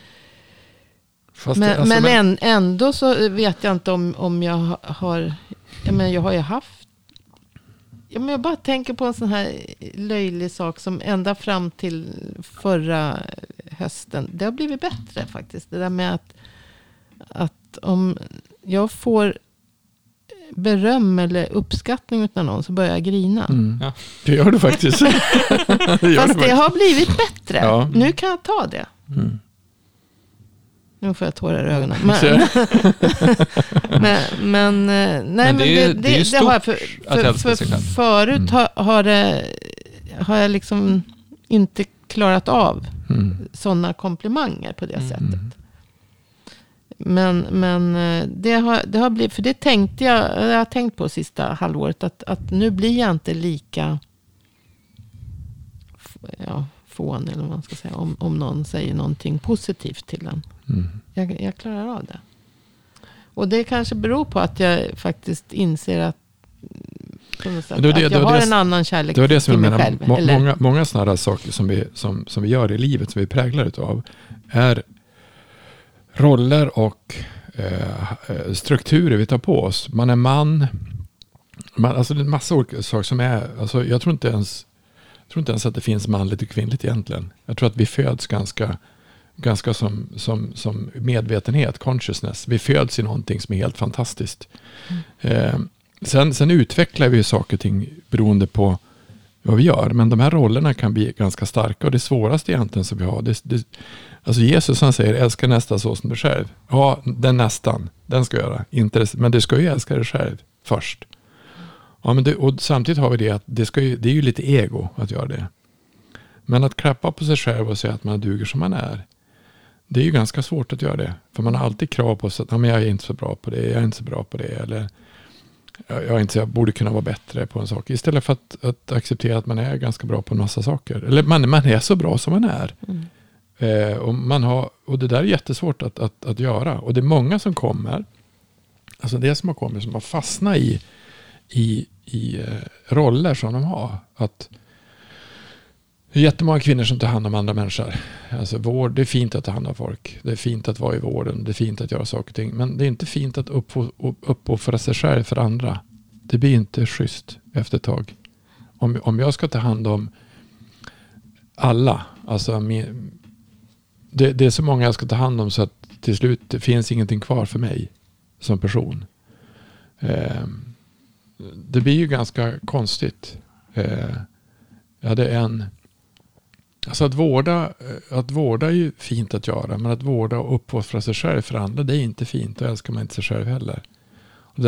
B: Men ändå så vet jag inte om jag har... Jag menar, jag har ju haft... jag bara tänker på en sån här löjlig sak som ända fram till förra hösten. Det har blivit bättre faktiskt. Det där med att om jag får beröm eller uppskattning av någon så börjar jag grina.
C: Ja. Det gör du faktiskt.
B: Fast det har blivit bättre. Ja. Nu kan jag ta det. Nu får jag tårar i ögonen. Men det är stort, har jag förut har jag liksom inte klarat av sådana komplimanger på det sättet. Men det har blivit, för det tänkte jag har tänkt på sista halvåret att nu blir jag inte lika fån eller vad man ska säga om någon säger någonting positivt till den. Jag klarar av det. Och det kanske beror på att jag faktiskt inser att jag har en annan kärlek till mig själv.
C: Många sådana här saker som vi gör i livet, som vi präglar utav, är roller och strukturer vi tar på oss. Man är man alltså det är en massa olika saker som är, alltså jag tror inte ens att det finns manligt och kvinnligt egentligen. Jag tror att vi föds ganska som medvetenhet, consciousness. Vi föds i någonting som är helt fantastiskt. Sen utvecklar vi saker och ting beroende på vad vi gör. Men de här rollerna kan bli ganska starka. Och det svåraste egentligen som vi har. Alltså Jesus, han säger, älska nästa så som du själv. Ja, den ska jag göra. Men du ska ju älska dig själv först. Ja, men och samtidigt har vi det att det är ju lite ego att göra det. Men att klappa på sig själv och säga att man duger som man är. Det är ju ganska svårt att göra det. För man har alltid krav på sig att jag är inte så bra på det. Jag är inte så bra på det. Eller jag borde kunna vara bättre på en sak. Istället för att acceptera att man är ganska bra på en massa saker. Eller man är så bra som man är. Och det där är jättesvårt att göra. Och det är många som kommer. Alltså det som har kommit som har fastnat i roller som de har. Att det är jättemånga kvinnor som tar hand om andra människor. Alltså vård, det är fint att ta hand om folk. Det är fint att vara i vården. Det är fint att göra saker och ting. Men det är inte fint att uppoffra sig själv för andra. Det blir inte schysst efter ett tag. Om jag ska ta hand om alla. Alltså det är så många jag ska ta hand om så att till slut det finns ingenting kvar för mig som person. Det blir ju ganska konstigt. Alltså att vårda är ju fint att göra, men att vårda och uppfostra sig själv för andra, det är inte fint. Då älskar man inte sig själv heller. Och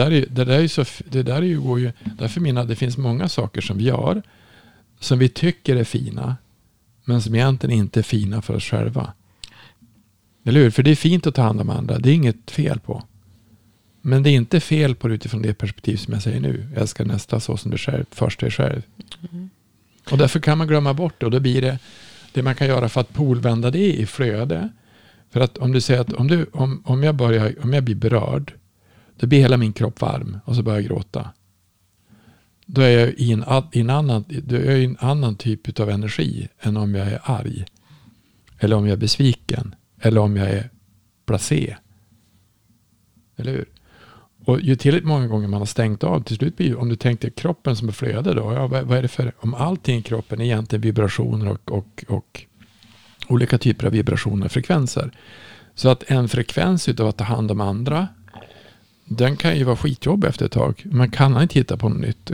C: därför menar det finns många saker som vi gör som vi tycker är fina, men som egentligen inte är fina för oss själva. Eller hur? För det är fint att ta hand om andra. Det är inget fel på. Men det är inte fel på det utifrån det perspektiv som jag säger nu. Älska nästa så som du själv, först dig själv. Och därför kan man glömma bort det. Och då blir det man kan göra för att polvända det i flöde. För att om du säger att om jag blir berörd, då blir hela min kropp varm och så börjar jag gråta. Då är jag i en annan typ av energi än om jag är arg. Eller om jag är besviken. Eller om jag är blasé. Eller hur? Och ju tillräckligt många gånger man har stängt av, till slut blir, om du tänkte kroppen som är flöde då, vad är det för, om allting i kroppen är egentligen vibrationer och olika typer av vibrationer och frekvenser. Så att en frekvens utav att ta hand om andra, den kan ju vara skitjobb efter ett tag. Man kan inte hitta på något nytt.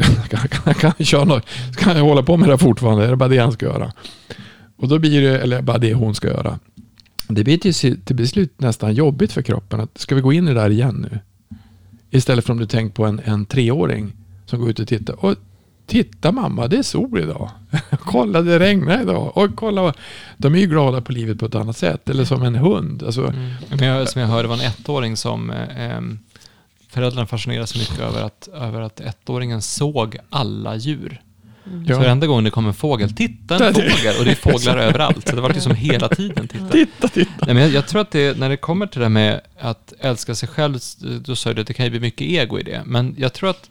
C: Kan jag hålla på med det fortfarande? Är det bara det han ska göra? Och då blir det, eller bara det hon ska göra. Det blir till beslut nästan jobbigt för kroppen. Att, ska vi gå in i det där igen nu? Istället för om du tänker på en 3-åring som går ut och tittar. Och titta mamma, det är sol idag. Kolla, det regnar idag. Och kolla, de är ju glada på livet på ett annat sätt. Eller som en hund. Alltså,
A: som jag hörde var en 1-åring som föräldrarna fascinerade så mycket över att 1-åringen såg alla djur. Så varenda gång det kom en fågel, titta en fågel, och det är fåglar överallt. Så det var liksom hela tiden titta. Nej, men jag tror att när det kommer till det med att älska sig själv, då sa du att det kan ju bli mycket ego i det. Men jag tror att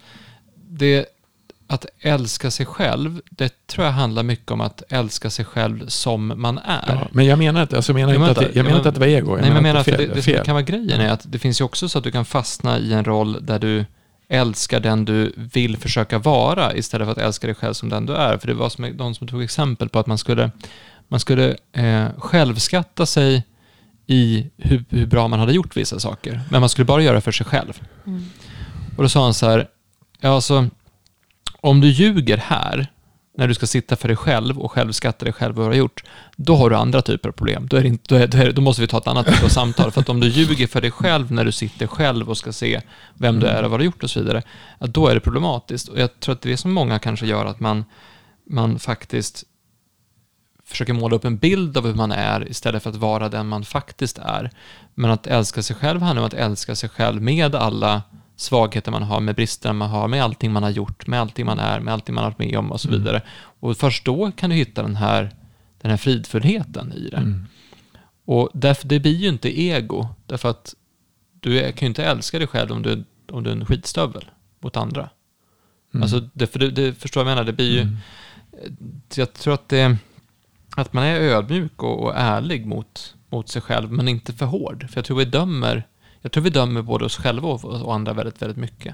A: att älska sig själv, det tror jag handlar mycket om att älska sig själv som man är. Ja,
C: men jag menar inte, inte att det var ego.
A: Jag menar att det som kan vara grejen är att det finns ju också så att du kan fastna i en roll där du älskar den du vill försöka vara istället för att älska dig själv som den du är. För det var som de som tog exempel på att man skulle självskatta sig i hur bra man hade gjort vissa saker. Men man skulle bara göra för sig själv. Och då sa han så här, alltså, om du ljuger här när du ska sitta för dig själv och självskatta dig själv vad du har gjort, då har du andra typer av problem. Då måste vi ta ett annat typ av samtal. För att om du ljuger för dig själv när du sitter själv och ska se vem du är och vad du har gjort och så vidare, då är det problematiskt. Och jag tror att det är det som många kanske gör, att man faktiskt försöker måla upp en bild av hur man är istället för att vara den man faktiskt är. Men att älska sig själv handlar om att älska sig själv med alla svagheter man har, med brister man har, med allting man har gjort, med allting man är, med allting man har varit med om och så vidare. Och först då kan du hitta den här fridfullheten i det. Och därför, det blir ju inte ego, därför att du kan ju inte älska dig själv om du är en skitstövel mot andra. Alltså, det förstår jag menar, det blir ju jag tror att man är ödmjuk och ärlig mot sig själv, men inte för hård. För jag tror vi dömer både oss själva och andra väldigt, väldigt mycket.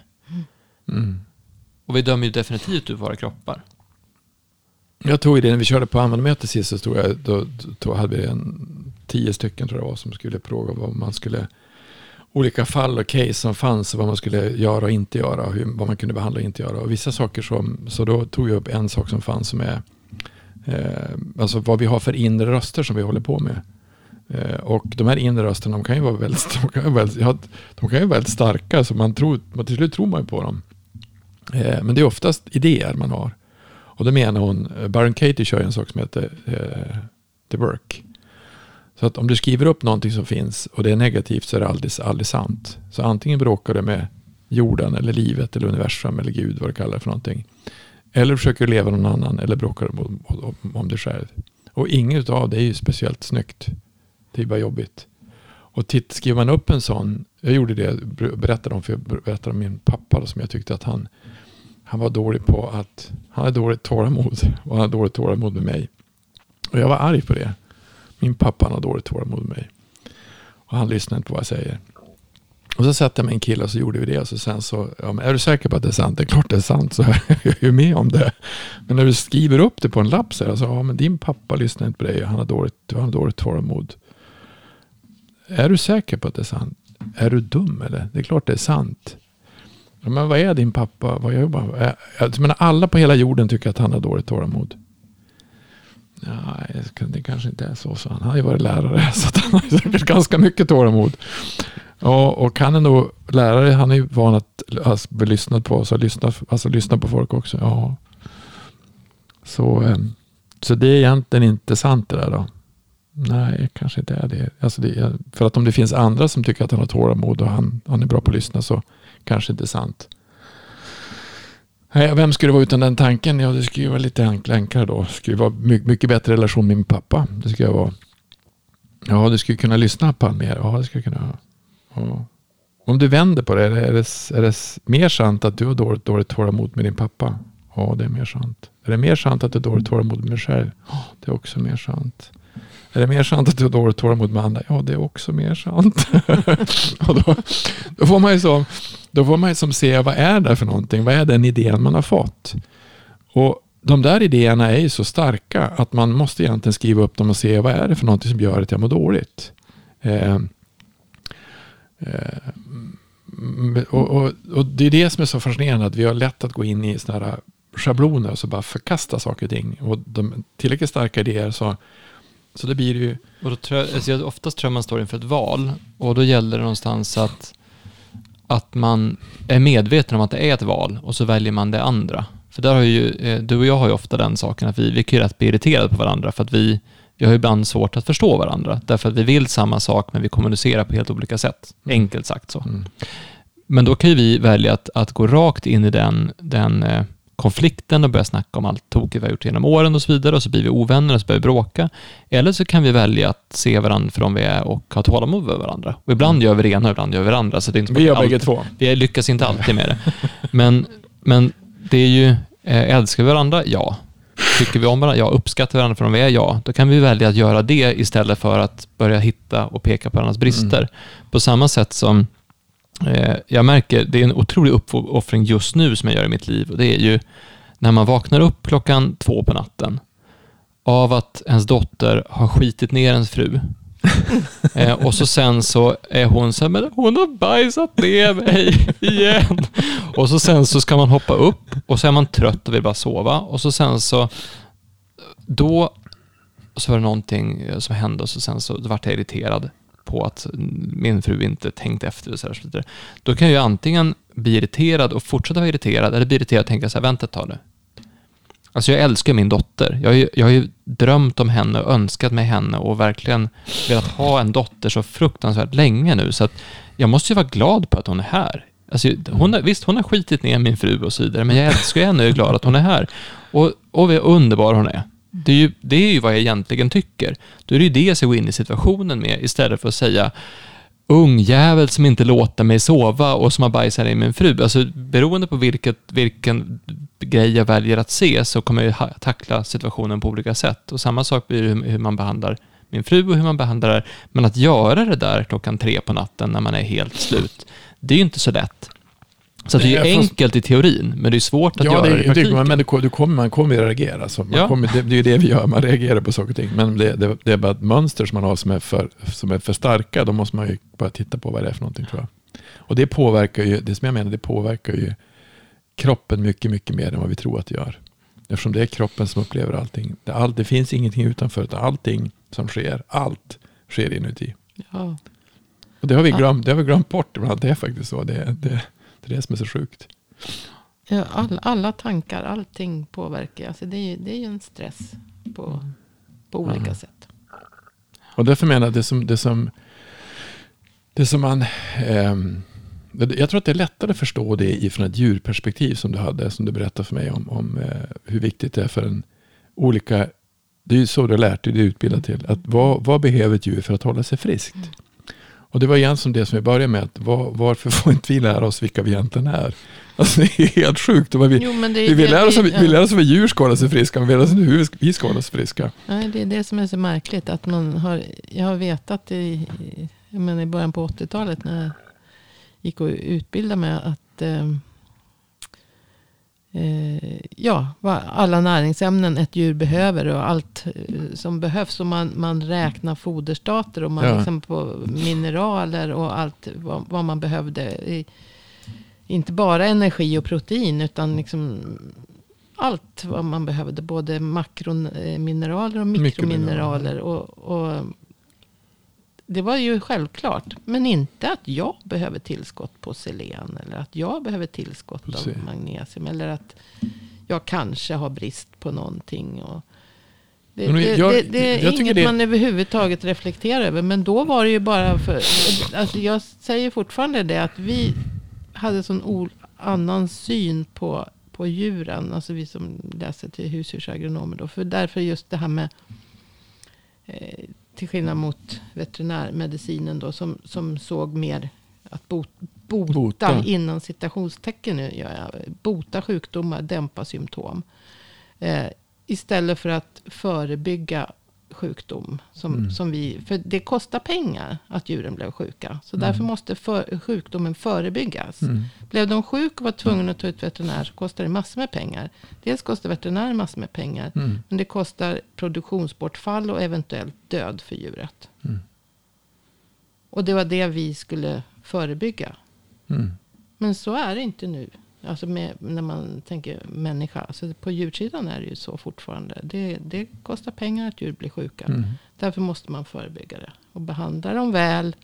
A: Och vi dömer ju definitivt ut våra kroppar.
C: Jag tog det när vi körde på användarmöte sist, så stod jag, då hade vi 10 stycken tror jag var, som skulle fråga vad man skulle, olika fall och case som fanns, vad man skulle göra och inte göra, vad man kunde behandla och inte göra. Och vissa saker så då tog jag upp en sak som fanns som är alltså vad vi har för inre röster som vi håller på med. Och de här inre rösterna, de kan ju vara väldigt starka, så till slut tror man ju på dem. Men det är oftast idéer man har. Och då menar hon, Byron Katie kör en sak som heter The Work. Så att om du skriver upp någonting som finns och det är negativt, så är det aldrig sant. Så antingen bråkar du med jorden eller livet eller universum eller Gud, vad du kallar det för någonting. Eller försöker leva någon annan, eller bråkar om dig själv. Och inget av det är ju speciellt snyggt. Det är bara jobbigt. Och skriver man upp en sån, jag gjorde det, berättade om min pappa då, som jag tyckte att han var dålig på att, han hade dåligt tålamod, och han hade dåligt tålamod med mig. Och jag var arg på det. Min pappa har dåligt tålamod med mig. Och han lyssnade inte på vad jag säger. Och så satte jag med en kille och så gjorde vi det. Och så sen så, men är du säker på att det är sant? Det är klart det är sant, så jag är ju med om det. Men när du skriver upp det på en lapp så här, men din pappa lyssnar inte på dig, han har dåligt tålamod. Är du säker på att det är sant? Är du dum eller? Det är klart det är sant. Men vad är din pappa? Vad jobbar? Jag menar, alla på hela jorden tycker att han har dåligt tålamod. Nej, det kanske inte är så han har ju varit lärare, så att han har säkert ganska mycket tålamod. Och han är nog lärare, han är ju van att bli lyssnad på, så lyssna på folk också. Ja. Så det är egentligen inte sant det där då. Nej, kanske inte är det. Alltså för att om det finns andra som tycker att han har tålamod och han är bra på att lyssna, så kanske inte är sant. Nej, vem skulle det vara utan den tanken? Ja, det skulle ju vara lite enklare då. Det skulle vara mycket bättre relation med min pappa. Det skulle jag vara. Ja, du skulle kunna lyssna på honom mer. Ja, det skulle kunna. Ja. Om du vänder på det, är det mer sant att du har dåligt tålamod med din pappa? Ja, det är mer sant. Är det mer sant att du har dåligt tålamod med dig själv? Ja, det är också mer sant. Är det mer sant att du har dåligt tålamod med andra? Ja, det är också mer sant. Och då får man ju som se, vad är det för någonting? Vad är den idén man har fått? Och de där idéerna är ju så starka att man måste egentligen skriva upp dem och se, vad är det för någonting som gör att jag mår dåligt? Och det är det som är så fascinerande, att vi har lätt att gå in i såna här schabloner och så bara förkasta saker och ting. Och de tillräckligt starka idéer så det blir ju...
A: Och då oftast tror jag man står inför ett val, och då gäller det någonstans att man är medveten om att det är ett val, och så väljer man det andra. För där har ju, du och jag har ju ofta den saken att vi kan ju rätt bli irriterade på varandra, för att vi har ju ibland svårt att förstå varandra, därför att vi vill samma sak men vi kommunicerar på helt olika sätt. Enkelt sagt så. Men då kan ju vi välja att gå rakt in i den konflikten och börja snacka om allt tokigt vi har gjort genom åren och så vidare, och så blir vi ovänner och så börjar vi bråka. Eller så kan vi välja att se varandra för de vi är och ha tålamod med varandra. Och ibland gör vi det ena och ibland gör vi det andra. Så det är inte
C: vi gör bägge två.
A: Vi lyckas inte alltid med det. Men det är ju, älskar vi varandra? Ja. Tycker vi om varandra? Ja. Uppskattar varandra för de vi är? Ja. Då kan vi välja att göra det istället för att börja hitta och peka på varandras brister. På samma sätt som jag märker, det är en otrolig uppoffring just nu som jag gör i mitt liv, och det är ju när man vaknar upp 2:00 på natten av att ens dotter har skitit ner ens fru. Och så sen så är hon så här, men hon har bajsat ner mig igen. Och så sen så ska man hoppa upp och så är man trött och vill bara sova, och så sen så var det någonting som hände, och så sen så vart jag irriterad på att min fru inte tänkte efter och så där. Då kan jag antingen bli irriterad och fortsätta vara irriterad, eller bli irriterad och tänka så här, vänta ett tag nu. Alltså jag älskar min dotter. Jag har ju drömt om henne och önskat mig henne och verkligen velat ha en dotter så fruktansvärt länge nu, så att jag måste ju vara glad på att hon är här. Alltså hon har skitit ner min fru och så vidare, men jag älskar henne och är glad att hon är här. Och vad underbar hon är. Det är ju vad jag egentligen tycker. Då är det ju det jag ska gå in i situationen med, istället för att säga ungjävel som inte låter mig sova och som har bajsat i min fru. Alltså beroende på vilken grej jag väljer att se, så kommer jag tackla situationen på olika sätt. Och samma sak blir hur man behandlar min fru och hur man behandlar det. Men att göra det där 3:00 på natten när man är helt slut, det är ju inte så lätt. Så det är ju enkelt i teorin, men det är svårt att göra det i praktiken.
C: Men man kommer att reagera. Så det är ju det vi gör, man reagerar på saker och ting. Men det är bara ett mönster som man har som är för starka. Då måste man ju bara titta på vad det är för någonting, tror jag. Och det påverkar ju, det som jag menar, det påverkar ju kroppen mycket, mycket mer än vad vi tror att det gör. Eftersom det är kroppen som upplever allting. Det finns ingenting utanför, utan allting som sker, allt sker inuti.
B: Ja.
C: Och det har vi glömt bort ibland. Det är faktiskt så. Det är det som är så sjukt.
B: Ja, alla tankar, allting påverkar. Alltså det är ju en stress på olika sätt. Och
C: därför menar jag det som man... jag tror att det är lättare att förstå det ifrån ett djurperspektiv som du berättade för mig om hur viktigt det är för en olika... Det är ju så du har lärt dig, du är utbildad till. Att vad behöver ett djur för att hålla sig friskt? Och det var igen som det som vi började med, att varför får inte vi lära oss vilka vi egentligen är? Alltså det är helt sjukt. Vi vill lära oss vad djur ska hålla sig friska, men vi lär oss hur vi ska hålla oss friska.
B: Nej, det är det som är så märkligt, att jag har vetat i början på 80-talet när jag gick och utbildade mig att vad alla näringsämnen ett djur behöver och allt som behövs, och man räknar foderstater och man liksom på mineraler och allt vad man behövde, inte bara energi och protein, utan liksom allt vad man behövde, både makromineraler och mikromineraler och det var ju självklart, men inte att jag behöver tillskott på selen, eller att jag behöver tillskott av magnesium, eller att jag kanske har brist på någonting. Och det är inget man överhuvudtaget reflekterar över, men då var det ju bara för... Alltså jag säger fortfarande det, att vi hade sån annan syn på djuren, alltså vi som läser till husdjursagronomer då, för därför just det här med... till skillnad mot veterinärmedicinen då, som såg mer att bota inom citationstecken nu gör jag, bota sjukdomar, dämpa symptom. Istället för att förebygga sjukdom som vi, för det kostar pengar att djuren blev sjuka. Så därför måste sjukdomen förebyggas. Blev de sjuk och var tvungna att ta ut veterinär, så kostar det massor med pengar. Dels kostar veterinär massor med pengar, men det kostar produktionsbortfall och eventuellt död för djuret. Och det var det vi skulle förebygga. Men så är det inte nu. Alltså när man tänker människa. Alltså på djursidan är det ju så fortfarande. Det kostar pengar att djur blir sjuka. Därför måste man förebygga det. Och behandla dem väl.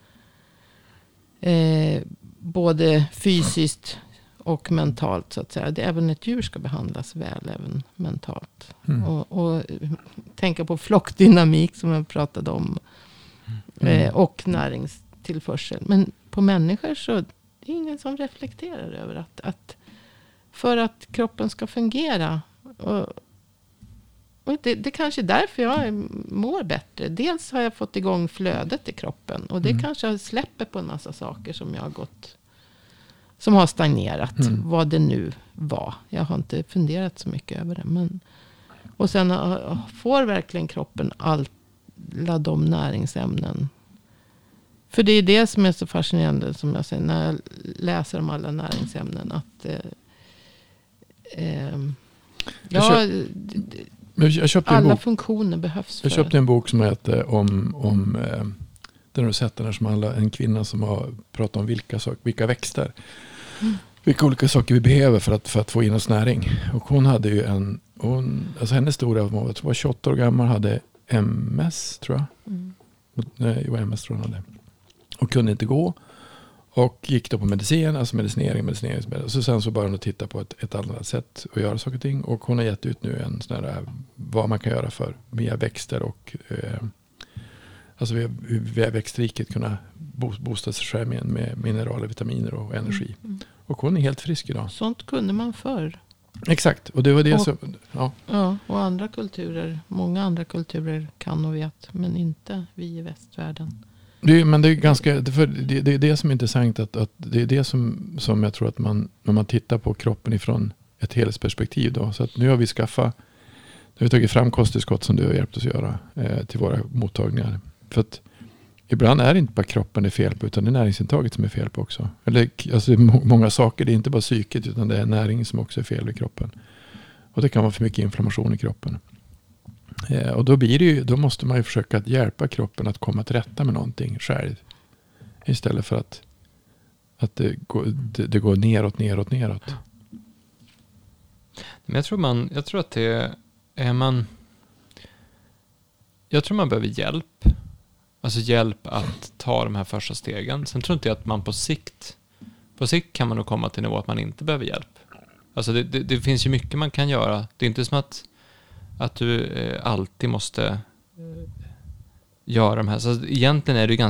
B: Både fysiskt och mentalt så att säga. Även ett djur ska behandlas väl, även mentalt. Och tänka på flockdynamik som jag pratade om. Och näringstillförsel. Men på människor så är det ingen som reflekterar över att för att kroppen ska fungera. Och det kanske är därför jag mår bättre. Dels har jag fått igång flödet i kroppen. Och det kanske släpper på en massa saker som jag har gått... Som har stagnerat. Vad det nu var. Jag har inte funderat så mycket över det. Men, och sen får verkligen kroppen alla de näringsämnen. För det är det som är så fascinerande, som jag säger, när jag läser om alla näringsämnen. Att alla funktioner behövs.
C: Jag köpte en bok som heter om den recepten som handlar en kvinna som har pratat om vilka växter. Vilka olika saker vi behöver för att få in oss näring. Och hon hade ju alltså hennes stora, jag var 28 år gammal, hade MS tror jag. Jo, MS tror jag hade. Och kunde inte gå. Och gick då på medicinering. Så sen så började hon titta på ett annat sätt att göra saker och ting. Och hon har gett ut nu en sån här, vad man kan göra via växter och alltså via växtriket kunna boosta sig själv med mineraler, vitaminer och energi. Och hon är helt frisk idag.
B: Sånt kunde man förr.
C: Exakt, och det var det som... Ja.
B: Ja, och andra kulturer, många andra kulturer kan och vet, men inte vi i västvärlden.
C: Men det är ganska, det är det som är intressant, att det är det som jag tror att när man tittar på kroppen ifrån ett helhetsperspektiv då. Så att nu har vi tagit fram kosttillskott som du har hjälpt oss göra till våra mottagningar. För att ibland är det inte bara kroppen det är fel på, utan det är näringsintaget som är fel på också. Eller alltså många saker, det är inte bara psyket, utan det är näringen som också är fel i kroppen. Och det kan vara för mycket inflammation i kroppen. Och då måste man ju försöka att hjälpa kroppen att komma till rätta med någonting själv. Istället för att det går neråt.
A: Men jag tror att det är jag tror man behöver hjälp. Alltså hjälp att ta de här första stegen. Sen tror inte jag att man på sikt kan man nog komma till nivå att man inte behöver hjälp. Alltså det finns ju mycket man kan göra. Det är inte som att du alltid måste göra de här. Så egentligen är det ju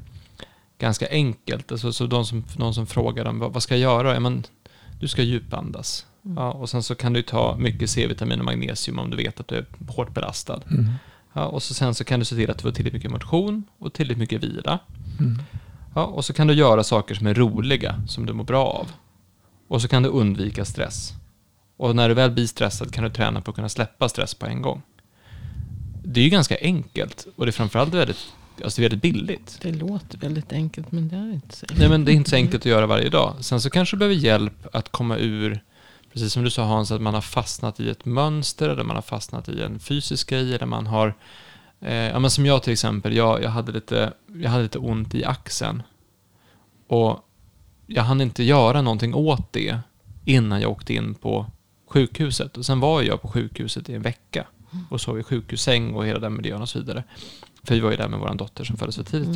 A: ganska enkelt. Alltså, så de som frågar dem, vad ska jag göra? Men du ska djupandas. Ja, och sen så kan du ta mycket C-vitamin och magnesium om du vet att du är hårt belastad. Ja, och sen så kan du se till att du får tillräckligt mycket motion och tillräckligt mycket vila. Ja, och så kan du göra saker som är roliga, som du mår bra av. Och så kan du undvika stress. Och när du väl blir stressad kan du träna på att kunna släppa stress på en gång. Det är ju ganska enkelt. Och det är framförallt väldigt billigt.
B: Det låter väldigt enkelt, men det är inte så enkelt.
A: Nej, men det är inte så enkelt att göra varje dag. Sen så kanske du behöver hjälp att komma ur, precis som du sa Hans, att man har fastnat i ett mönster, eller man har fastnat i en fysisk grej, eller man har... men som jag till exempel, jag hade lite ont i axeln. Och jag hann inte göra någonting åt det innan jag åkte in på sjukhuset. Och sen var jag på sjukhuset i en vecka och sov i sjukhussäng och hela den miljön och så vidare. För vi var ju där med vår dotter som föddes för tidigt.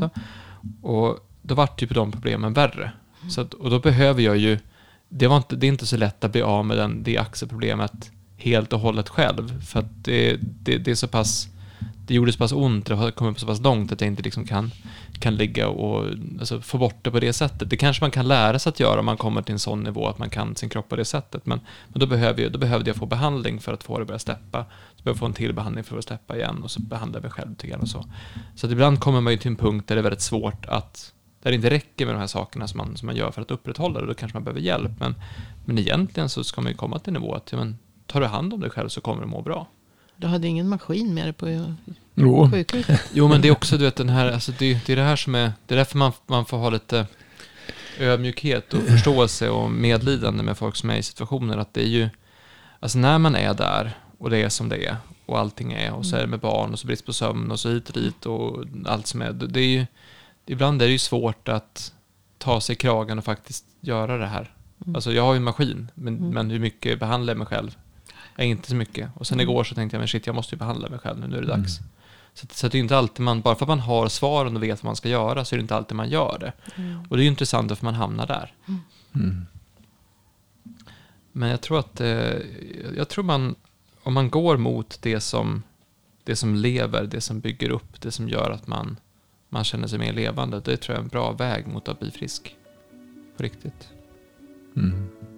A: Och då var typ de problemen värre. Och då behöver jag ju... Det är inte så lätt att bli av med det axelproblemet helt och hållet själv. För att det är så pass... Det gjorde så pass ont, det har kommit så pass långt att jag inte liksom kan ligga och alltså, få bort det på det sättet. Det kanske man kan lära sig att göra om man kommer till en sån nivå att man kan sin kropp på det sättet. Men då behövde jag få behandling för att få det att börja släppa. Så behöver jag få en till behandling för att släppa igen. Och så behandlar jag mig själv lite grann och så. Så att ibland kommer man ju till en punkt där det är väldigt svårt där det inte räcker med de här sakerna som man gör för att upprätthålla det. Då kanske man behöver hjälp. Men egentligen så ska man ju komma till nivå att tar du hand om dig själv så kommer du må bra.
B: Du hade ingen maskin med dig på sjukhuset?
A: Jo, men det är också, du vet, den här, alltså det är det här som är, det är därför man får ha lite ödmjukhet och förståelse och medlidande med folk som är i situationer, att det är ju, alltså när man är där och det är som det är och allting är, och så är det med barn och så brist på sömn och så hit och dit och allt som är, det är ju, ibland är det ju svårt att ta sig i kragen och faktiskt göra det här. Alltså jag har ju en maskin, men hur mycket behandlar jag mig själv? Inte så mycket. Och sen igår så tänkte jag, men shit, jag måste ju behandla mig själv nu är det dags. Så det är inte alltid bara för att man har svaren och vet vad man ska göra, så är det inte alltid man gör det. Och det är ju intressant varför man hamnar där. Men jag tror att om man går mot det som lever, det som bygger upp, det som gör att man känner sig mer levande, det tror jag är en bra väg mot att bli frisk. På riktigt.